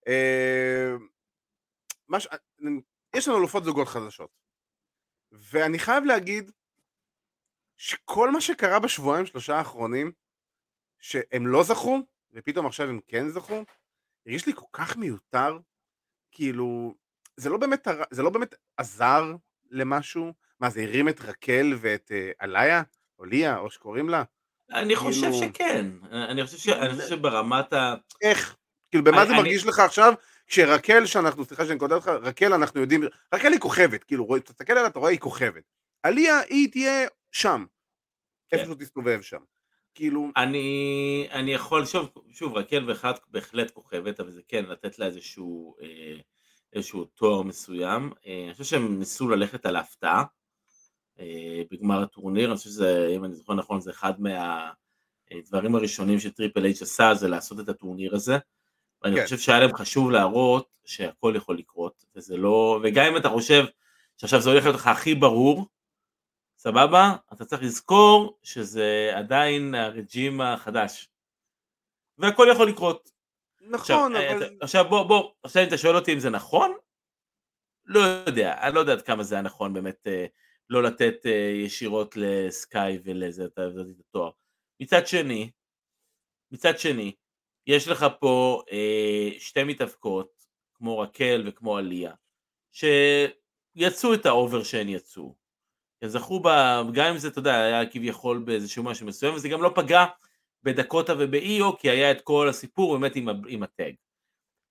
מש... יש לנו אלופות זוגות חדשות, ואני חייב להגיד שכל מה שקרה בשבועיים שלושה האחרונים, שהם לא זכו, ופתאום עכשיו הם כן זכו, הרגיש לי כל כך מיותר, כאילו, זה לא באמת, זה לא באמת עזר למשהו, מה זה הרים את רקל ואת uh, אליה, או ליה, או שקוראים לה? אני חושב כאילו... שכן, אני חושב, ש... אני חושב שברמת ה... איך? כאילו, במה אני, זה אני... מרגיש לך עכשיו, כשרקל, שאנחנו, סליחה שאני קודד לך, רקל אנחנו יודעים, רקל היא כוכבת, כאילו, תסתכל עליה, אתה רואה, היא כוכבת. אליה, היא תהיה שם, כן. איפה שתסתובב שם. כאילו... אני, אני יכול, שוב, שוב, רקל ואחד בהחלט כוכבת, אבל זה כן, לתת לה איזשהו, איזשהו תואר מסוים. אני חושב שהם ניסו ללכת על ההפתעה, בגמר הטורניר. אני חושב שזה, אם אני זוכר נכון, זה אחד מהדברים הראשונים שטריפל אייץ' עשה, זה לעשות את הטורניר הזה. ואני כן. חושב שהיה להם חשוב להראות שהכל יכול לקרות, וזה לא, וגם אם אתה חושב שעכשיו זה הולך להיות לך הכי ברור, סבבה, אתה צריך לזכור שזה עדיין הרג'ים החדש, והכל יכול לקרות. נכון, עכשיו, אבל... אתה, עכשיו בוא, בוא, עכשיו אם אתה שואל אותי אם זה נכון, לא יודע, אני לא יודע עד כמה זה היה נכון באמת, לא לתת ישירות לסקאי ולזה, את התואר. מצד שני, מצד שני, יש לך פה אה, שתי מתאבקות, כמו רקל וכמו אליה, שיצאו את האובר שהן יצאו. זכו בה, גם אם זה, אתה יודע, היה כביכול באיזשהו משהו מסוים, וזה גם לא פגע בדקוטה ובאיו, כי היה את כל הסיפור באמת עם, עם הטג.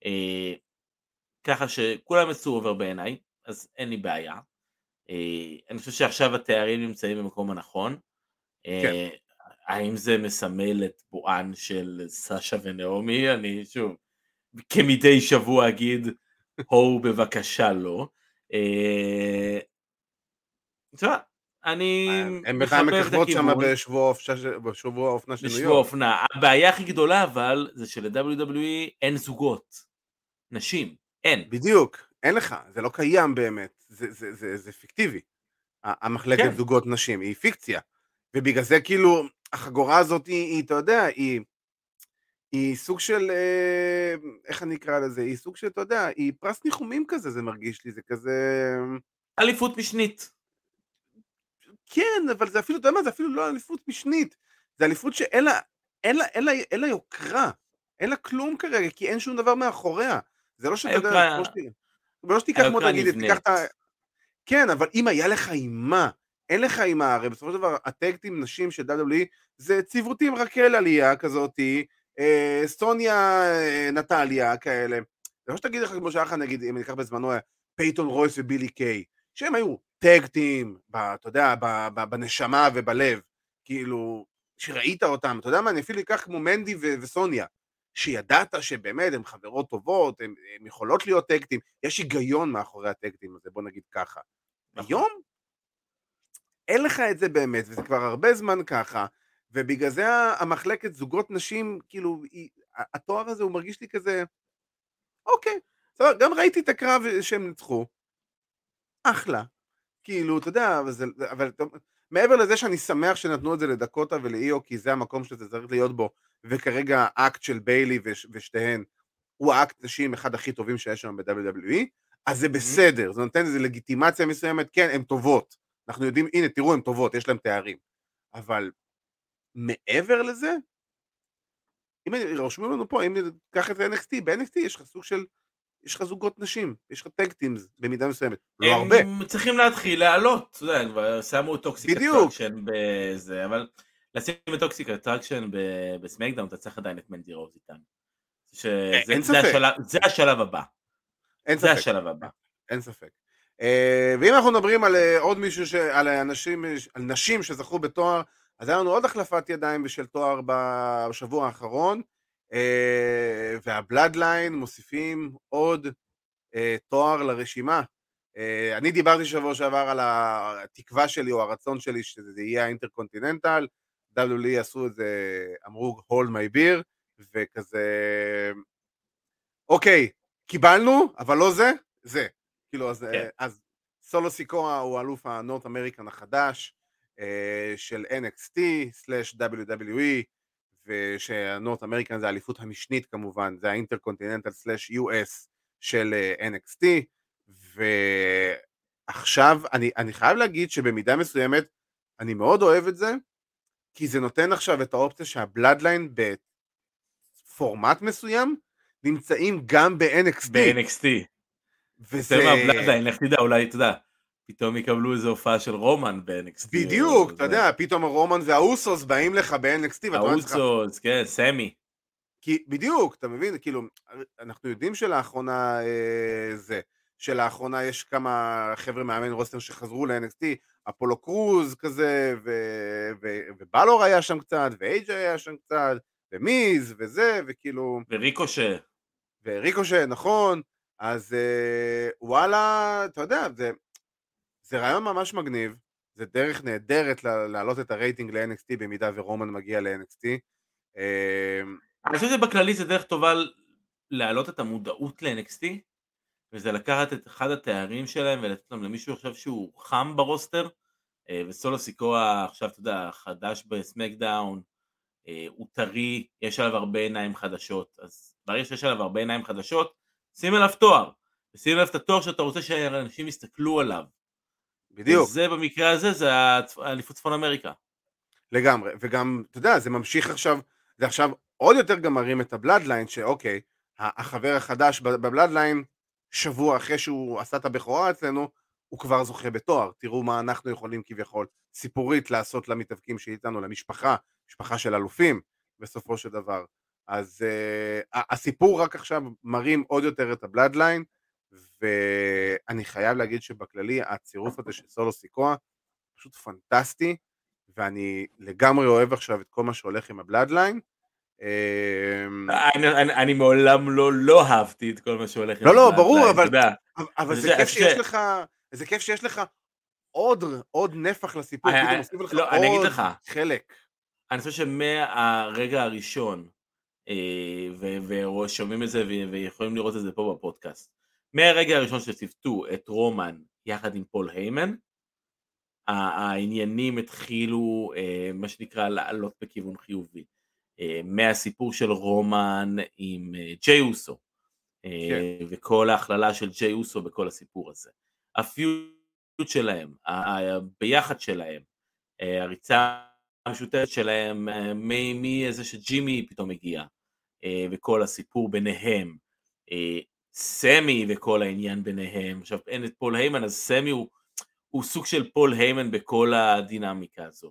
ככה שכולם עשו אובר בעיניי, אז אין לי בעיה. אני חושב שעכשיו התארים נמצאים במקום הנכון. כן. האם זה מסמל את בואן של סשה ונעמי? אני שוב, כמדי שבוע אגיד, הו בבקשה לא. תשמע, אני הם בינתיים מככבות שם בשבוע האופנה של ניו יורק. בשבוע האופנה. הבעיה הכי גדולה אבל, זה של-דאבליו דאבליו אי אין זוגות. נשים. אין. בדיוק. אין לך. זה לא קיים באמת. זה פיקטיבי. המחלקת זוגות נשים. היא פיקציה. ובגלל זה כאילו, החגורה הזאת היא, אתה יודע, היא, היא סוג של, איך אני אקרא לזה? היא סוג של, אתה יודע, היא פרס ניחומים כזה, זה מרגיש לי, זה כזה... אליפות משנית. כן, אבל זה אפילו, אתה יודע מה, זה אפילו לא אליפות משנית. זה אליפות שאין לה, אין לה, אין לה, אין לה יוקרה. אין לה כלום כרגע, כי אין שום דבר מאחוריה. זה לא שאתה יודע, כמו שתי... לא שתיקח כמו תגיד, תיקח את ה... כן, אבל אם היה לך אימה, אין לך אימה, הרי בסופו של דבר, הטקטים נשים של דאבליו דאבליו אי, זה ציוותים רקל עלייה כזאתי, אה, סוניה, אה, נטליה, כאלה. זה לא שתגיד לך כמו שאחד, נגיד, אם אני אקח בזמנו, פייטון רויס ובילי קיי, שהם היו טקטים, אתה יודע, בנשמה ובלב, כאילו, שראית אותם, אתה יודע מה, אני אפילו אקח כמו מנדי ו- וסוניה, שידעת שבאמת הן חברות טובות, הן יכולות להיות טקטים, יש היגיון מאחורי הטקטים הזה, בוא נגיד ככה. היום, אין לך את זה באמת, וזה כבר הרבה זמן ככה, ובגלל זה המחלקת זוגות נשים, כאילו, היא, התואר הזה הוא מרגיש לי כזה, אוקיי, גם ראיתי את הקרב שהם ניצחו, אחלה, כאילו, אתה יודע, אבל, זה, אבל מעבר לזה שאני שמח שנתנו את זה לדקוטה ולאיו, כי זה המקום שזה צריך להיות בו, וכרגע האקט של ביילי וש, ושתיהן, הוא האקט נשים אחד הכי טובים שיש שם ב-דאבליו דאבליו אי, אז זה בסדר, זה נותן איזו לגיטימציה מסוימת, כן, הן טובות, אנחנו יודעים, הנה, תראו, הן טובות, יש להן תארים, אבל מעבר לזה, אם רושמים לנו פה, אם ניקח את ה-אן אקס טי, ב-אן אקס טי יש לך סוג של, יש לך זוגות נשים, יש לך טאג טימס במידה מסוימת, לא הרבה. הם צריכים להתחיל לעלות, אתה יודע, כבר שמו טוקסיק אטרקשן בזה, אבל לשים את טוקסיק אטרקשן בסמקדאון, אתה צריך עדיין את מנדי רוז איתן. זה השלב הבא. זה השלב הבא. אין ספק. ואם אנחנו מדברים על עוד מישהו, על נשים שזכו בתואר, אז היה לנו עוד החלפת ידיים בשל תואר בשבוע האחרון, והבלאדליין מוסיפים עוד תואר לרשימה. אני דיברתי שבוע שעבר על התקווה שלי או הרצון שלי שזה יהיה האינטרקונטיננטל, דאבליו דאבליו אי עשו את זה, אמרו hold my beer, וכזה, אוקיי, קיבלנו, אבל לא זה, זה. כאילו, אז, כן. אז סולו סיקורה הוא אלוף הנורט אמריקן החדש, של אן אקס טי סלש דאבליו דאבליו אי, ושהנורט אמריקן זה האליפות המשנית כמובן, זה האינטרקונטיננטל סלש יו אס של אן אקס טי, ועכשיו אני, אני חייב להגיד שבמידה מסוימת אני מאוד אוהב את זה, כי זה נותן עכשיו את האופציה שהבלאדליין בפורמט מסוים נמצאים גם ב-אן אקס טי. ב-אן אקס טי. וזה מהבלאדליין, איך תדע, אולי תדע, פתאום יקבלו איזו הופעה של רומן ב-אן אקס טי. בדיוק, אתה יודע, פתאום הרומן והאוסוס באים לך ב-אן אקס טי. האוסוס, כן, סמי. בדיוק, אתה מבין, כאילו, אנחנו יודעים שלאחרונה זה, שלאחרונה יש כמה חבר'ה מהמיין רוסטר שחזרו ל-אן אקס טי, אפולו קרוז כזה, ובלור היה שם קצת, ואייג' היה שם קצת, ומיז, וזה, וכאילו... וריקושה. וריקושה, נכון, אז וואלה, אתה יודע, זה... זה רעיון ממש מגניב, זה דרך נהדרת להעלות את הרייטינג ל-אן אקס טי במידה ורומן מגיע ל-אן אקס טי. אני חושב שבכללי זה דרך טובה להעלות את המודעות ל-אן אקס טי, וזה לקחת את אחד התארים שלהם ולתת להם למישהו עכשיו שהוא חם ברוסטר, וסולו סיקורה עכשיו, אתה יודע, חדש בסמקדאון, הוא טרי, יש עליו הרבה עיניים חדשות, אז ברגע שיש עליו הרבה עיניים חדשות, שים אליו תואר, ושים אליו את התואר שאתה רוצה שאנשים יסתכלו עליו. בדיוק. וזה במקרה הזה, זה האליפות צפון אמריקה. לגמרי, וגם, אתה יודע, זה ממשיך עכשיו, זה עכשיו עוד יותר גם מרים את הבלאדליין, שאוקיי, החבר החדש בבלאדליין, שבוע אחרי שהוא עשה את הבכורה אצלנו, הוא כבר זוכה בתואר, תראו מה אנחנו יכולים כביכול, סיפורית לעשות למתאבקים שאיתנו, למשפחה, משפחה של אלופים, בסופו של דבר. אז uh, הסיפור רק עכשיו מרים עוד יותר את הבלאדליין, ואני חייב להגיד שבכללי הצירוף הזה של סולו סיקואה פשוט פנטסטי, ואני לגמרי אוהב עכשיו את כל מה שהולך עם הבלאדליין. אני, אני, אני מעולם לא, לא אהבתי את כל מה שהולך עם לא, לא, הבלאדליין, ברור, אבל, יודע. אבל זה, זה כיף שיש ש... לך, זה כיף שיש לך עוד, עוד נפח לסיפור, I, כאילו I, מוסיף לך לא, עוד חלק. אני חושב שמהרגע הראשון, ושומעים את זה ויכולים לראות את זה פה בפודקאסט, מהרגע הראשון שציוותו את רומן יחד עם פול היימן, העניינים התחילו מה שנקרא לעלות בכיוון חיובי, מהסיפור של רומן עם ג'יי אוסו, וכל ההכללה של ג'יי אוסו בכל הסיפור הזה, הפיוט שלהם, ביחד שלהם, הריצה המשותפת שלהם, מי איזה שג'ימי פתאום הגיע, וכל הסיפור ביניהם, סמי וכל העניין ביניהם, עכשיו אין את פול היימן, אז סמי הוא, הוא סוג של פול היימן בכל הדינמיקה הזאת,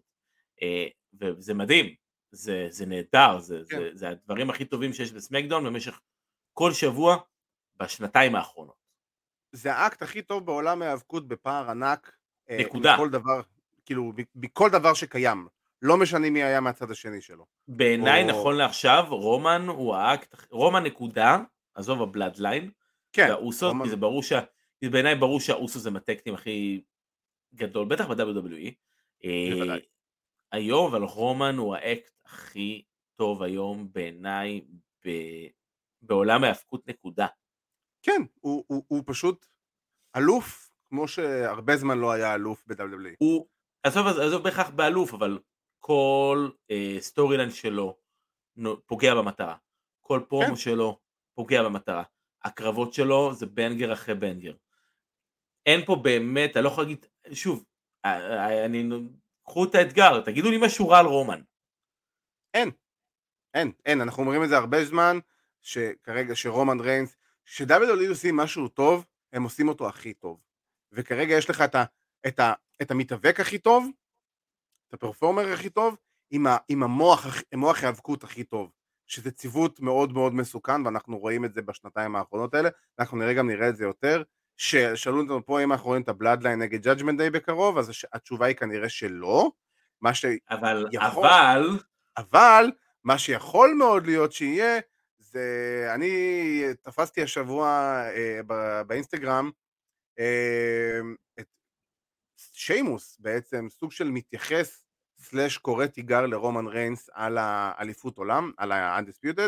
וזה מדהים, זה, זה נהדר, זה, כן. זה, זה הדברים הכי טובים שיש בסמקדאון במשך כל שבוע בשנתיים האחרונות. זה האקט הכי טוב בעולם ההיאבקות בפער ענק, נקודה. מכל דבר, כאילו, מכל דבר שקיים. לא משנה מי היה מהצד השני שלו. בעיניי או... נכון לעכשיו, רומן הוא האקט, רומן נקודה, עזוב הבלאדליין, כן, והאוסו, רומן... כי זה ברור שה... בעיניי ברור שהאוסו זה מהטקטים הכי גדול, בטח ב-דאבליו דאבליו אי. בוודאי. היום, אבל רומן הוא האקט הכי טוב היום בעיניי ב... בעולם ההאבקות נקודה. כן, הוא, הוא, הוא פשוט אלוף, כמו שהרבה זמן לא היה אלוף ב-דאבליו דאבליו אי. הוא, עזוב, עזוב בהכרח באלוף, אבל כל אה, סטורי ליין שלו פוגע במטרה, כל פרומו כן. שלו פוגע במטרה, הקרבות שלו זה בנגר אחרי בנגר, אין פה באמת, אני לא יכול להגיד, שוב, אני, קחו את האתגר, תגידו לי משהו רע על רומן. אין, אין, אין, אנחנו אומרים את זה הרבה זמן, שכרגע שרומן ריינס, שדאבליו דאבליו אי עושים משהו טוב, הם עושים אותו הכי טוב, וכרגע יש לך את, ה, את, ה, את המתאבק הכי טוב, את הפרפורמר הכי טוב, עם, ה, עם המוח, המוח ההיאבקות הכי טוב, שזה ציוות מאוד מאוד מסוכן, ואנחנו רואים את זה בשנתיים האחרונות האלה, אנחנו נראה גם נראה את זה יותר, ששאלו אותנו פה אם אנחנו רואים את הבלאדליין נגד ג'אג'מנט דיי בקרוב, אז התשובה היא כנראה שלא, מה שיכול, אבל, אבל, אבל, מה שיכול מאוד להיות שיהיה, זה, אני תפסתי השבוע אה, באינסטגרם, אה, את שיימוס בעצם, סוג של מתייחס, סלש קורא תיגר לרומן ריינס על האליפות עולם, על ה-Undisputed,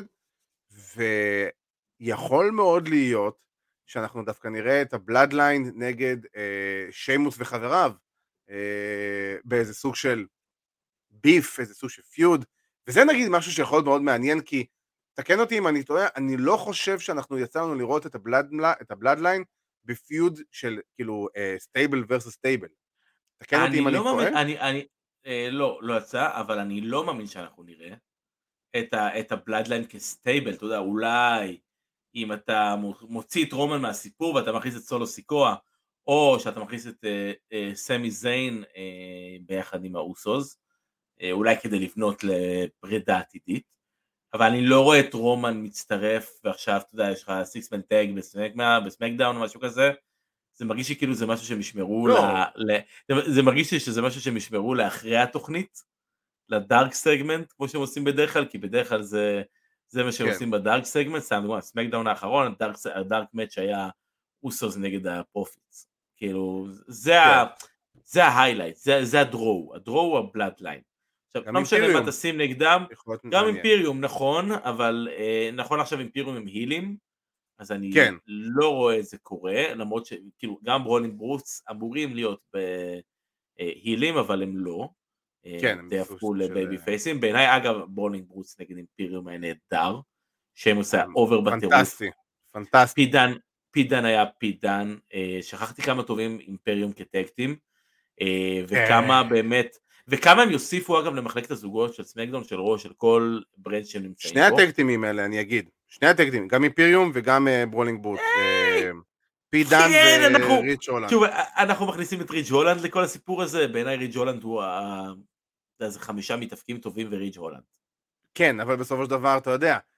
ויכול מאוד להיות שאנחנו דווקא נראה את הבלאדליין נגד אה, שיימוס וחבריו, אה, באיזה סוג של ביף, איזה סוג של פיוד, וזה נגיד משהו שיכול מאוד מעניין, כי תקן אותי אם אני טועה, אני לא חושב שאנחנו יצאנו לראות את הבלאדליין, את הבלאדליין בפיוד של כאילו סטייבל ורסוס סטייבל. תקן אותי אם אני טועה. אני, אני, אה, לא, לא יצא, אבל אני לא מאמין שאנחנו נראה את, ה, את הבלאדליין כסטייבל, אתה יודע, אולי אם אתה מוציא את רומן מהסיפור ואתה מכניס את סולו סיקואה, או שאתה מכניס את אה, אה, סמי זיין אה, ביחד עם האוסוס, אה, אולי כדי לבנות לפרידה עתידית, אבל אני לא רואה את רומן מצטרף, ועכשיו, אתה יודע, יש לך סיקס-מן טאג בסמקדאון או משהו כזה, זה מרגיש שכאילו זה משהו שהם ישמרו, לא. ל... זה מרגיש שזה משהו שהם ישמרו לאחרי התוכנית, לדארק סגמנט, כמו שהם עושים בדרך כלל, כי בדרך כלל זה, זה מה שהם כן. עושים בדארק סגמנט, סתם דוגמא, סמקדאון האחרון, הדארק, הדארק מאץ' היה אוסוס נגד הפרופיטס, כאילו, זה, כן. ה... זה ההיילייט, זה, זה הדרו, הדרו הוא הבלאדליין. עכשיו, לא משנה מה תשים נגדם, גם אימפיריום, נכון, אבל אה, נכון עכשיו אימפיריום הם הילים, אז אני כן. לא רואה את זה קורה, למרות שכאילו גם ברולינג ברוץ אמורים להיות בהילים, אבל הם לא, כן, הם תהפכו לבייבי פייסים, בעיניי אגב ברולינג ברוץ נגד אימפיריום היה נהדר, שהם עושה אובר בטירוף, פנטסטי, פנטסטי, פידן, פידן היה פידן, שכחתי כמה טובים אימפריום כטקטים, וכמה באמת, וכמה הם יוסיפו אגב למחלקת הזוגות של סמקדאון, של ראש, של כל ברנד שהם נמצאים שני בו. שני הטקטימים האלה, אני אגיד. שני הטקטימים, גם אימפיריום וגם ברולינג ברוץ. פידן וריץ' הולנד. שוב, אנחנו מכניסים את ריץ' הולנד לכל הסיפור הזה, בעיניי ריץ' הולנד הוא איזה חמישה מתאפקים טובים וריץ' הולנד. כן, אבל בסופו של דבר, אתה יודע,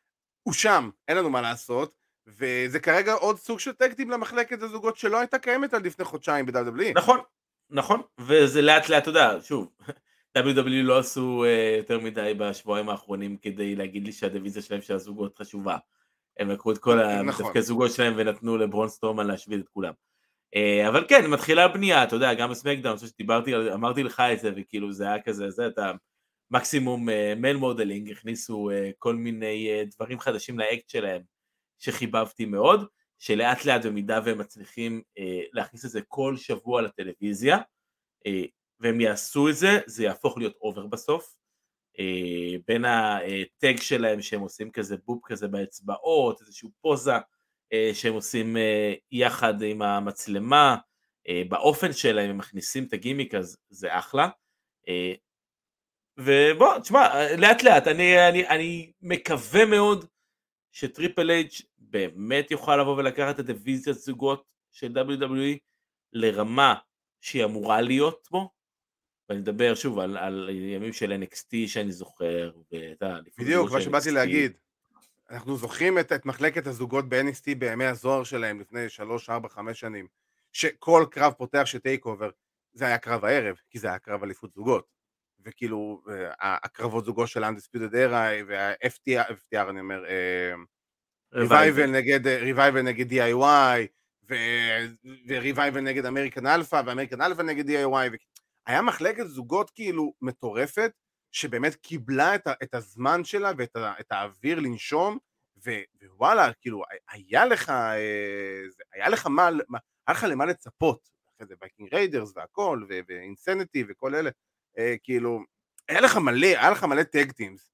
הוא שם, אין לנו מה לעשות, וזה כרגע עוד סוג של טקטים למחלקת הזוגות שלא הייתה קיימת עד לפני חודשיים ב-דאבליו דאבליו אי. נכון, נכון, וזה לאט לאט, אתה יודע, שוב, דאבליו דאבליו אי לא עשו uh, יותר מדי בשבועיים האחרונים כדי להגיד לי שהדיוויזיה שלהם של הזוגות חשובה. הם לקחו את כל המתפקי זוגות שלהם ונתנו לברון סטרומן להשמיד את כולם. Uh, אבל כן, מתחילה בנייה, אתה יודע, גם בסמקדאון, אני חושב שדיברתי, אמרתי לך את זה, וכאילו זה היה כזה, זה את המקסימום מייל מודלינג, הכניסו uh, כל מיני uh, דברים חדשים לאקט שלהם, שחיבבתי מאוד, שלאט לאט במידה והם מצליחים אה, להכניס את זה כל שבוע לטלוויזיה, אה, והם יעשו את זה, זה יהפוך להיות אובר בסוף, אה, בין הטג שלהם שהם עושים כזה בוב כזה באצבעות, איזשהו פוזה אה, שהם עושים אה, יחד עם המצלמה, אה, באופן שלהם הם מכניסים את הגימיק, אז זה אחלה, אה, ובוא, תשמע, לאט לאט, אני, אני, אני מקווה מאוד, שטריפל אייץ' באמת יוכל לבוא ולקחת את הדיוויזיית זוגות של דאבליו דאבליו אי לרמה שהיא אמורה להיות בו, ואני מדבר שוב על, על ימים של אן אקס טי שאני זוכר, בדיוק, מה שבאתי להגיד, אנחנו זוכרים את, את מחלקת הזוגות ב-אן אקס טי בימי הזוהר שלהם לפני שלוש, ארבע, חמש שנים, שכל קרב פותח של טייק אובר, זה היה קרב הערב, כי זה היה קרב אליפות זוגות, וכאילו הקרבות זוגות של Undisputed Era וה-אף טי אר אני אומר, ריווייבל נגד ריווייבל נגד די איי וואי וריווייבל נגד אמריקן אלפא ואמריקן אלפא נגד די איי וואי, היה מחלקת זוגות כאילו מטורפת שבאמת קיבלה את הזמן שלה ואת האוויר לנשום, ווואלה כאילו היה לך היה לך מה היה לך למה לצפות, אחרי זה וייקינג ריידרס והכל ואינסניטי וכל אלה, כאילו היה לך מלא היה לך מלא טאג טימס,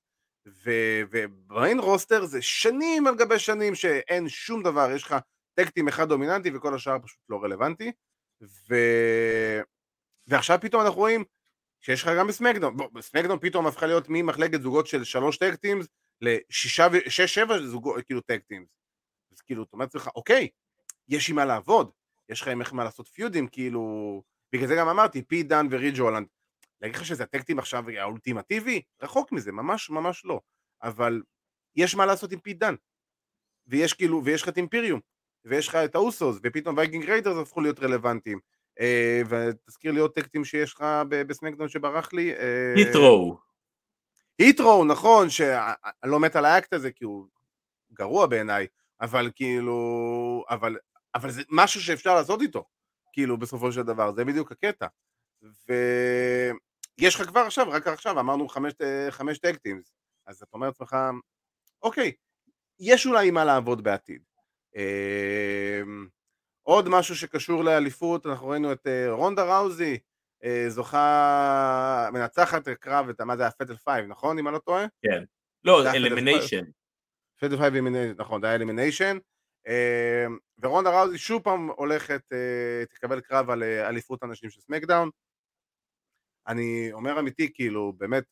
ובריין רוסטר זה שנים על גבי שנים שאין שום דבר, יש לך טאג טים אחד דומיננטי וכל השאר פשוט לא רלוונטי, ו... ועכשיו פתאום אנחנו רואים שיש לך גם בסמקדאון, בסמקדאון פתאום הפכה להיות ממחלקת זוגות של שלוש טאג טימס לשישה ושש שבע זוגות כאילו טאג טימס, אז כאילו אתה אומר לך אוקיי, יש עם מה לעבוד, יש לך עם איך מה לעשות פיודים, כאילו בגלל זה גם אמרתי פי דן וריג' הולנד, להגיד לך שזה הטקטים עכשיו האולטימטיבי, רחוק מזה, ממש ממש לא, אבל יש מה לעשות עם פי דן, ויש כאילו, ויש לך את אימפיריום, ויש לך את האוסוס, ופתאום וייקינג ריידרס הפכו להיות רלוונטיים, אה, ותזכיר לי עוד טקטים שיש לך בסמקדאון שברח לי, היטרו. היטרו, נכון, שאני לא מת על האקט הזה, כי הוא גרוע בעיניי, אבל כאילו, אבל, אבל זה משהו שאפשר לעשות איתו, כאילו בסופו של דבר, זה בדיוק הקטע, ויש לך כבר עכשיו, רק עכשיו, אמרנו חמש, חמש טאג טימס, אז אתה אומר לעצמך, אוקיי, יש אולי מה לעבוד בעתיד. עוד משהו שקשור לאליפות, אנחנו ראינו את רונדה ראוזי, זוכה, מנצחת קרב, את מה זה הפטל פייב, נכון? אם אני לא טועה? כן. לא, אלימיניישן. פטל פייב, נכון, זה היה אלימיניישן, ורונדה ראוזי שוב פעם הולכת, תקבל קרב על אליפות אנשים של סמקדאון. אני אומר אמיתי, כאילו, באמת,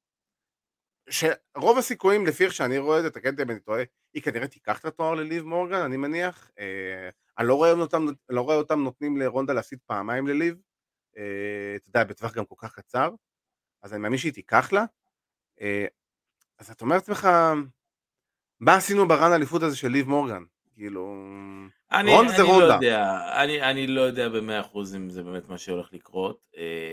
שרוב הסיכויים לפי איך שאני רואה את זה, תקן אותי אם אני טועה, היא כנראה תיקח את התואר לליב מורגן, אני מניח, אני לא רואה אותם, לא רואה אותם נותנים לרונדה להפסיד פעמיים לליב, אתה יודע, בטווח גם כל כך קצר, אז אני מאמין שהיא תיקח לה, אז את אומרת לך, מה עשינו ברן האליפות הזה של ליב מורגן? כאילו, רונדה זה רונדה. לא יודע, אני, אני לא יודע במאה אחוז אם זה באמת מה שהולך לקרות,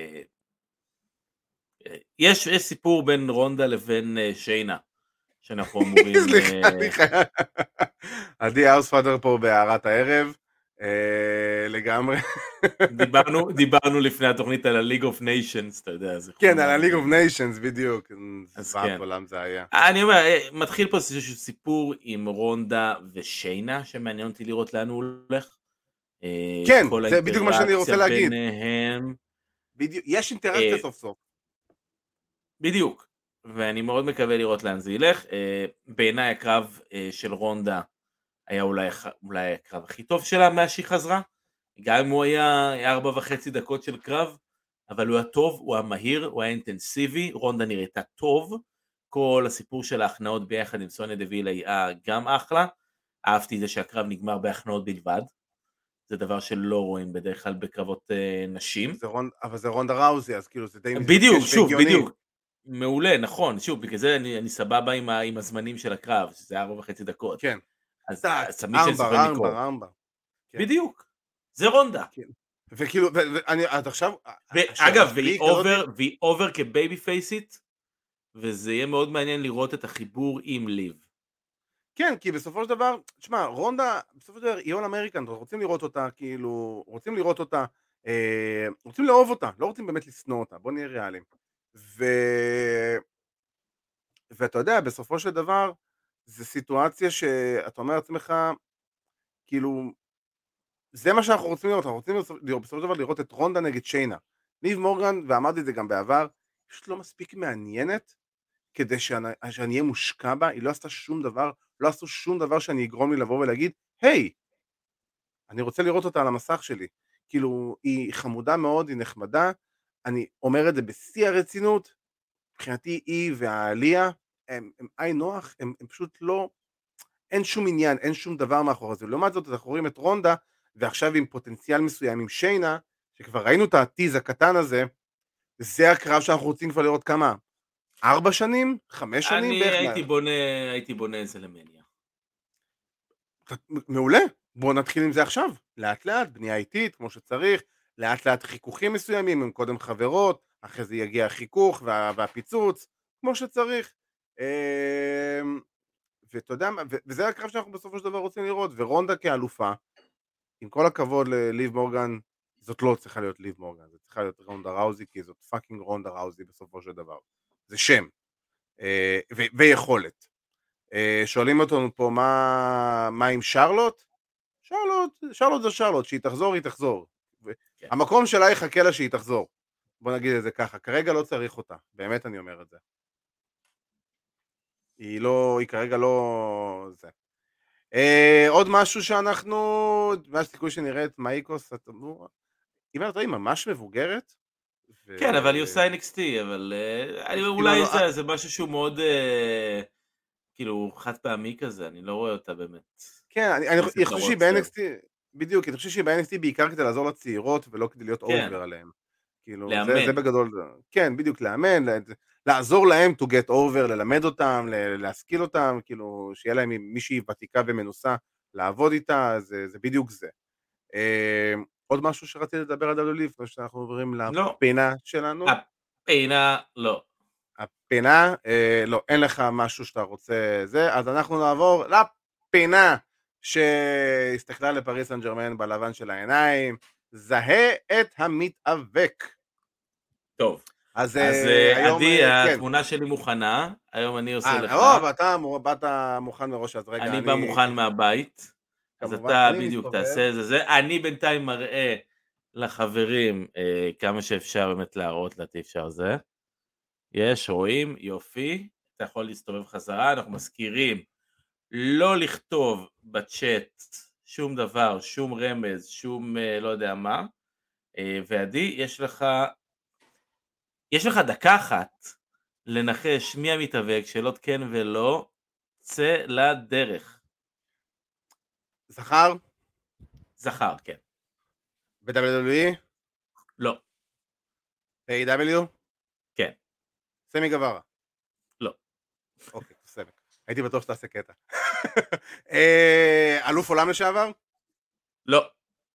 יש, יש סיפור בין רונדה לבין שיינה, שאנחנו אמורים... סליחה, סליחה. עדי האוספאדר פה בהערת הערב, לגמרי. דיברנו, דיברנו לפני התוכנית על ה-League of Nations, אתה יודע. כן, על ה-League of Nations, בדיוק. אז כן. עולם זה היה. אני אומר, מתחיל פה איזשהו סיפור עם רונדה ושיינה, שמעניין אותי לראות לאן הוא הולך. כן, זה בדיוק מה שאני רוצה להגיד. ביניהם. בדיוק, יש אינטראקציה סוף סוף. בדיוק, ואני מאוד מקווה לראות לאן זה ילך. בעיניי הקרב של רונדה היה אולי, אולי הקרב הכי טוב שלה מאז שהיא חזרה, גם אם הוא היה ארבע וחצי דקות של קרב, אבל הוא היה טוב, הוא היה מהיר, הוא היה אינטנסיבי, רונדה נראיתה טוב, כל הסיפור של ההכנעות ביחד עם סוניה דוויל היה גם אחלה, אהבתי זה שהקרב נגמר בהכנעות בלבד, זה דבר שלא רואים בדרך כלל בקרבות נשים. זה רונד, אבל זה רונדה ראוזי, אז כאילו זה די... בדיוק, שוב, בדיוק. מעולה, נכון, שוב, בגלל זה אני, אני סבבה עם, ה, עם הזמנים של הקרב, שזה ארבע וחצי דקות. כן. אז טק, סמישן ארמבר, יכולים ארמבר, לקרות. ארמבר. כן. בדיוק, זה רונדה. כן. וכאילו, ואני, עד עכשיו, ואגב, והיא אובר, והיא אובר כבייבי פייסית, וזה יהיה מאוד מעניין לראות את החיבור עם ליב. כן, כי בסופו של דבר, תשמע, רונדה, בסופו של דבר, היא אול אמריקן, רוצים לראות אותה, כאילו, רוצים לראות אותה, אה, רוצים לאהוב אותה, לא רוצים באמת לשנוא אותה, בוא נהיה ריאליים. ו... ואתה יודע, בסופו של דבר, זו סיטואציה שאתה אומר לעצמך, כאילו, זה מה שאנחנו רוצים לראות, אנחנו רוצים לראות, בסופו של דבר לראות את רונדה נגד שיינה. ליב מורגן, ואמרתי את זה גם בעבר, פשוט לא מספיק מעניינת, כדי שאני, שאני אהיה מושקע בה, היא לא עשתה שום דבר, לא עשו שום דבר שאני אגרום לי לבוא ולהגיד, היי, אני רוצה לראות אותה על המסך שלי. כאילו, היא חמודה מאוד, היא נחמדה, אני אומר את זה בשיא הרצינות, מבחינתי היא והעלייה, הם, הם אי נוח, הם, הם פשוט לא, אין שום עניין, אין שום דבר מאחורי זה. לעומת זאת, אנחנו רואים את רונדה, ועכשיו עם פוטנציאל מסוים עם שיינה, שכבר ראינו את הטיז הקטן הזה, זה הקרב שאנחנו רוצים כבר לראות כמה? ארבע שנים? חמש שנים? אני הייתי בונה, הייתי בונה את זה למניה. מעולה, בואו נתחיל עם זה עכשיו, לאט לאט, בנייה איטית כמו שצריך, לאט לאט חיכוכים מסוימים, הם קודם חברות, אחרי זה יגיע החיכוך וה, והפיצוץ, כמו שצריך, ואתה יודע, וזה הקרב שאנחנו בסופו של דבר רוצים לראות, ורונדה כאלופה, עם כל הכבוד לליב מורגן, זאת לא צריכה להיות ליב מורגן, זאת צריכה להיות רונדה ראוזי, כי זאת פאקינג רונדה ראוזי בסופו של דבר, זה שם, ו- ויכולת. שואלים אותנו פה מה, מה עם שרלוט? שרלוט, שרלוט זה שרלוט, שהיא תחזור, היא תחזור. כן. המקום שלה יחכה לה שהיא תחזור. בוא נגיד את זה ככה, כרגע לא צריך אותה, באמת אני אומר את זה. היא לא, היא כרגע לא... זה. אה, עוד משהו שאנחנו, מה שתיקוי שנראה את מייקוס, את אמור... היא אומרת, היא ממש מבוגרת. ו... כן, אבל היא עושה אן אקס טי, אבל uh, אני, אולי זה, לא... זה משהו שהוא מאוד... Uh... כאילו חד פעמי כזה, אני לא רואה אותה באמת. כן, אני, אני, אני חושב שהיא ב-אן אקס טי, בדיוק, אני חושב שהיא ב-אן אקס טי בעיקר כדי לעזור לצעירות ולא כדי להיות כן. אובר עליהם. כאילו, זה, זה בגדול, כן, בדיוק, לאמן, לעזור להם to get over, ללמד אותם, להשכיל אותם, כאילו, שיהיה להם מישהי ותיקה ומנוסה לעבוד איתה, זה, זה בדיוק זה. אה, עוד משהו שרציתי לדבר על דאבליו דאבליו אי, לפני שאנחנו עוברים לפינה שלנו? הפינה, לא. הפינה, אה, לא, אין לך משהו שאתה רוצה זה, אז אנחנו נעבור לפינה שהסתכלה לפריס סן ז'רמן בלבן של העיניים, זהה את המתאבק. טוב, אז, אז היום, עדי, כן. התמונה שלי מוכנה, היום אני עושה 아, לך. או, ואתה באת מוכן מראש, אז רגע, אני... אני בא מוכן מהבית, אז אתה בדיוק מסתובב. תעשה את זה, זה, אני בינתיים מראה לחברים אה, כמה שאפשר באמת להראות לדעתי אפשר זה. יש, רואים, יופי, אתה יכול להסתובב חזרה, אנחנו מזכירים לא לכתוב בצ'אט שום דבר, שום רמז, שום לא יודע מה, ועדי, יש לך, יש לך דקה אחת לנחש מי המתאבק, שאלות כן ולא, צא לדרך. זכר? זכר, כן. ב-דאבליו דאבליו אי? לא. ב-איי דאבליו? כן. סמי גווארה? לא. אוקיי, סמי. הייתי בטוח שתעשה קטע. אלוף עולם לשעבר? לא.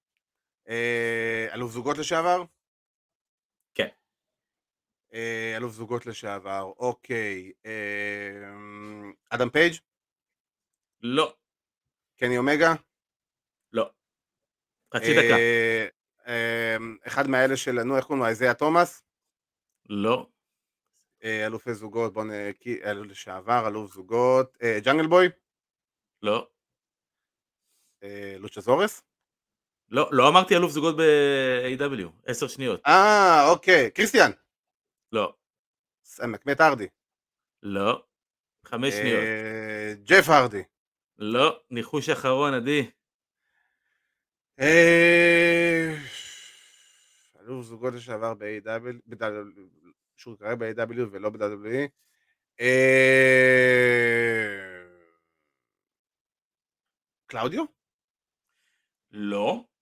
אלוף זוגות לשעבר? כן. אלוף זוגות לשעבר, אוקיי. אדם פייג'? לא. קני אומגה? לא. חצי דקה. אחד מהאלה של, נו, איך קוראים לו, איזיה תומאס? לא. אלופי זוגות, בוא נקי, אלוף לשעבר, אלוף זוגות, ג'אנגל בוי? לא. לוצ'זורס? לא, לא אמרתי אלוף זוגות ב-איי דאבליו, עשר שניות. אה, אוקיי, קריסטיאן? לא. סמק, מת הרדי? לא. חמש שניות. ג'ף הרדי? לא, ניחוש אחרון, עדי. אלוף זוגות לשעבר ב-איי דאבליו, שהוא קרא ב-איי דאבליו ולא ב-דאבליו דאבליו אי. קלאודיו? לא.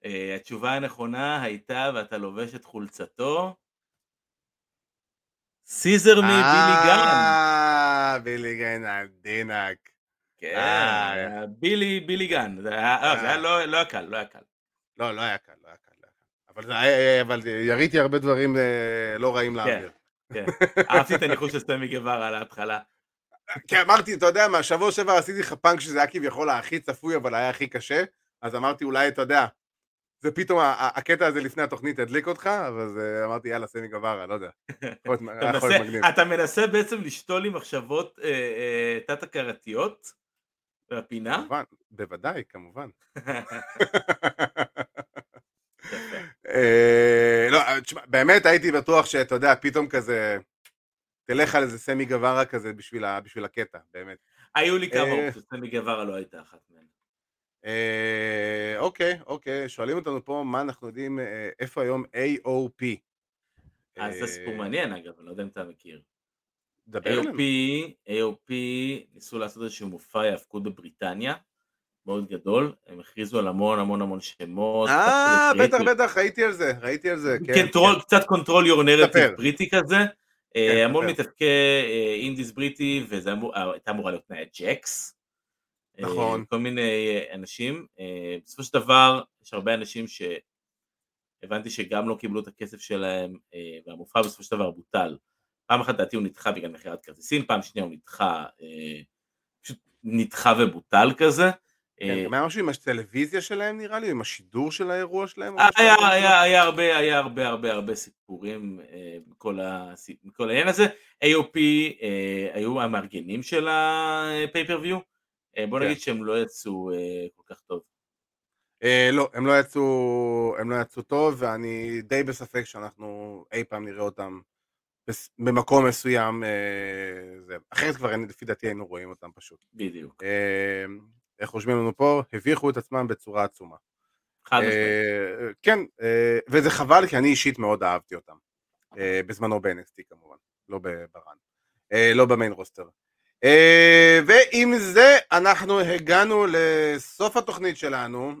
התשובה הנכונה הייתה, ואתה לובש את חולצתו, סיזר מבילי גן. אה, בילי גן הדינק. כן, בילי, בילי גן. זה היה לא היה קל, לא היה קל. לא, לא היה קל, לא היה קל. אבל, אבל יריתי הרבה דברים לא רעים לאוויר. כן, אהבתי את הניחוש של סמי גווארה על ההתחלה. כי אמרתי, אתה יודע מה, שבוע שעבר עשיתי לך פאנק שזה היה כביכול הכי צפוי, אבל היה הכי קשה, אז אמרתי אולי, אתה יודע, זה פתאום, הקטע הזה לפני התוכנית הדליק אותך, אז אמרתי יאללה, סמי גווארה, לא יודע. אתה מנסה בעצם לשתול לי מחשבות תת-הכרתיות בפינה? כמובן, בוודאי, כמובן. לא, באמת הייתי בטוח שאתה יודע, פתאום כזה, תלך על איזה סמי גווארה כזה בשביל הקטע, באמת. היו לי כמה אופציות, סמי גווארה לא הייתה אחת מהן. אוקיי, אוקיי, שואלים אותנו פה מה אנחנו יודעים, איפה היום איי או פי. אז זה סיפור מעניין אגב, אני לא יודע אם אתה מכיר. דבר אלינו. איי או פי ניסו לעשות איזשהו מופע היאבקות בבריטניה, מאוד גדול, הם הכריזו על המון המון המון שמות. אה, בטח בטח, ראיתי על זה, ראיתי על זה, כן. קצת control your narrative בריטי כזה, המון מתאבקי אינדיס בריטי, וזה הייתה אמורה להיות תנאי ג'קס. נכון. כל מיני אנשים, בסופו של דבר יש הרבה אנשים שהבנתי שגם לא קיבלו את הכסף שלהם, והמופע בסופו של דבר בוטל. פעם אחת דעתי הוא נדחה בגלל מחירת כרטיסים, פעם שנייה הוא נדחה, פשוט נדחה ובוטל כזה. כן, גם היה משהו עם הטלוויזיה שלהם נראה לי, עם השידור של האירוע שלהם? היה הרבה, היה הרבה הרבה הרבה סיפורים בכל העניין הזה. איי או פי היו המארגנים של הפייפריוויו, בוא נגיד שהם לא יצאו כל כך טוב. לא, הם לא יצאו, הם לא יצאו טוב, ואני די בספק שאנחנו אי פעם נראה אותם במקום מסוים, אחרת כבר לפי דעתי היינו רואים אותם פשוט. בדיוק. איך חושבים לנו פה? הביכו את עצמם בצורה עצומה. חד משמעית. כן, וזה חבל כי אני אישית מאוד אהבתי אותם. בזמנו ב-אן אקס טי כמובן, לא ברן, לא במיין רוסטר. ועם זה אנחנו הגענו לסוף התוכנית שלנו.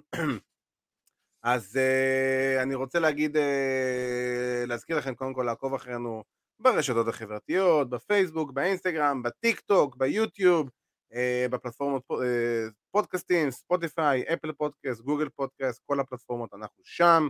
אז אני רוצה להגיד, להזכיר לכם קודם כל לעקוב אחרינו ברשתות החברתיות, בפייסבוק, באינסטגרם, בטיק טוק, ביוטיוב, בפלטפורמות פודקאסטים, ספוטיפיי, אפל פודקאסט, גוגל פודקאסט, כל הפלטפורמות אנחנו שם.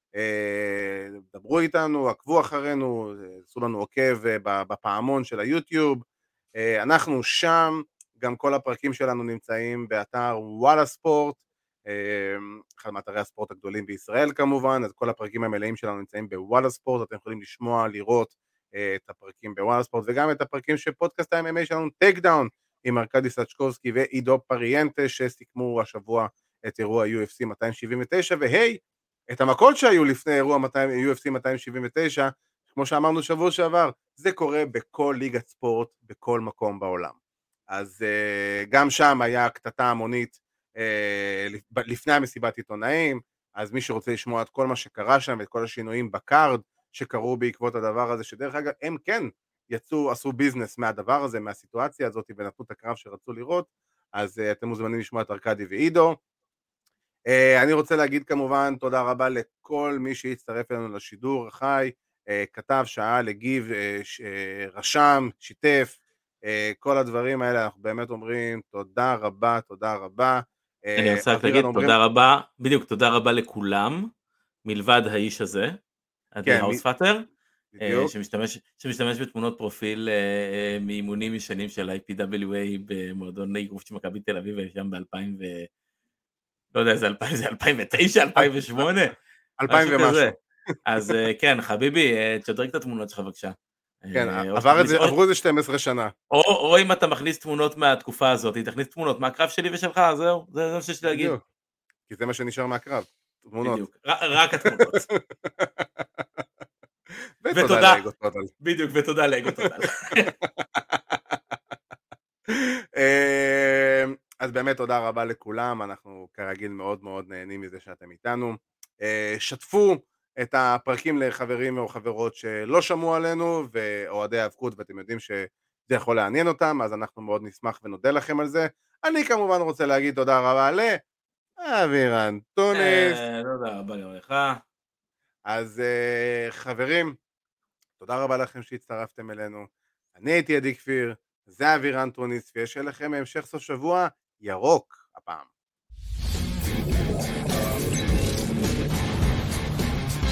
דברו איתנו, עקבו אחרינו, עשו לנו עוקב בפעמון של היוטיוב, אנחנו שם, גם כל הפרקים שלנו נמצאים באתר וואלה ספורט, אחד מאתרי הספורט הגדולים בישראל כמובן, אז כל הפרקים המלאים שלנו נמצאים בוואלה ספורט, אתם יכולים לשמוע, לראות את הפרקים בוואלה ספורט, וגם את הפרקים של פודקאסט ה-אם אם איי שלנו, טייק דאון, עם ארקדי סצ'קובסקי ועידו פריאנטה, שסיכמו השבוע את אירוע יו אף סי מאתיים שבעים ותשע, והי, את המקות שהיו לפני אירוע יו אף סי מאתיים שבעים ותשע, כמו שאמרנו שבוע שעבר, זה קורה בכל ליגת ספורט, בכל מקום בעולם. אז uh, גם שם היה קטטה המונית uh, לפני המסיבת עיתונאים, אז מי שרוצה לשמוע את כל מה שקרה שם, ואת כל השינויים בקארד שקרו בעקבות הדבר הזה, שדרך אגב הם כן יצאו, עשו ביזנס מהדבר הזה, מהסיטואציה הזאת, ונתנו את הקרב שרצו לראות, אז uh, אתם מוזמנים לשמוע את ארקדי ועידו. Uh, אני רוצה להגיד כמובן תודה רבה לכל מי שהצטרף אלינו לשידור החי, uh, כתב, שאל, הגיב, uh, ש, uh, רשם, שיתף, uh, כל הדברים האלה, אנחנו באמת אומרים תודה רבה, תודה רבה. Uh, אני רוצה להגיד אומרים... תודה רבה, בדיוק תודה רבה לכולם, מלבד האיש הזה, עדי כן, האוספטר, מ... uh, שמשתמש, שמשתמש בתמונות פרופיל uh, מאימונים ישנים של איי פי דאבליו איי במועדון אגרוף של מכבי תל אביב, שם ב-אלפיים ו... לא יודע, זה אלפיים ותשע, אלפיים ושמונה? אלפיים ומשהו. אז כן, חביבי, תשדרג את התמונות שלך בבקשה. כן, עברו איזה שתים עשרה שנה. או אם אתה מכניס תמונות מהתקופה הזאת, תכניס תמונות מהקרב שלי ושלך, זהו, זה מה שיש לי להגיד. כי זה מה שנשאר מהקרב, תמונות. בדיוק, רק התמונות. ותודה לאגו טוטל. בדיוק, ותודה לאגו טוטל. אז באמת תודה רבה לכולם, אנחנו כרגיל מאוד מאוד נהנים מזה שאתם איתנו. שתפו את הפרקים לחברים או חברות שלא שמעו עלינו, ואוהדי האבקות, ואתם יודעים שזה יכול לעניין אותם, אז אנחנו מאוד נשמח ונודה לכם על זה. אני כמובן רוצה להגיד תודה רבה לאבירן טונס. תודה רבה גם לך. אז חברים, תודה רבה לכם שהצטרפתם אלינו. אני הייתי עדי כפיר, זה אבירן טרוניס, ויש לכם המשך סוף שבוע ירוק הפעם.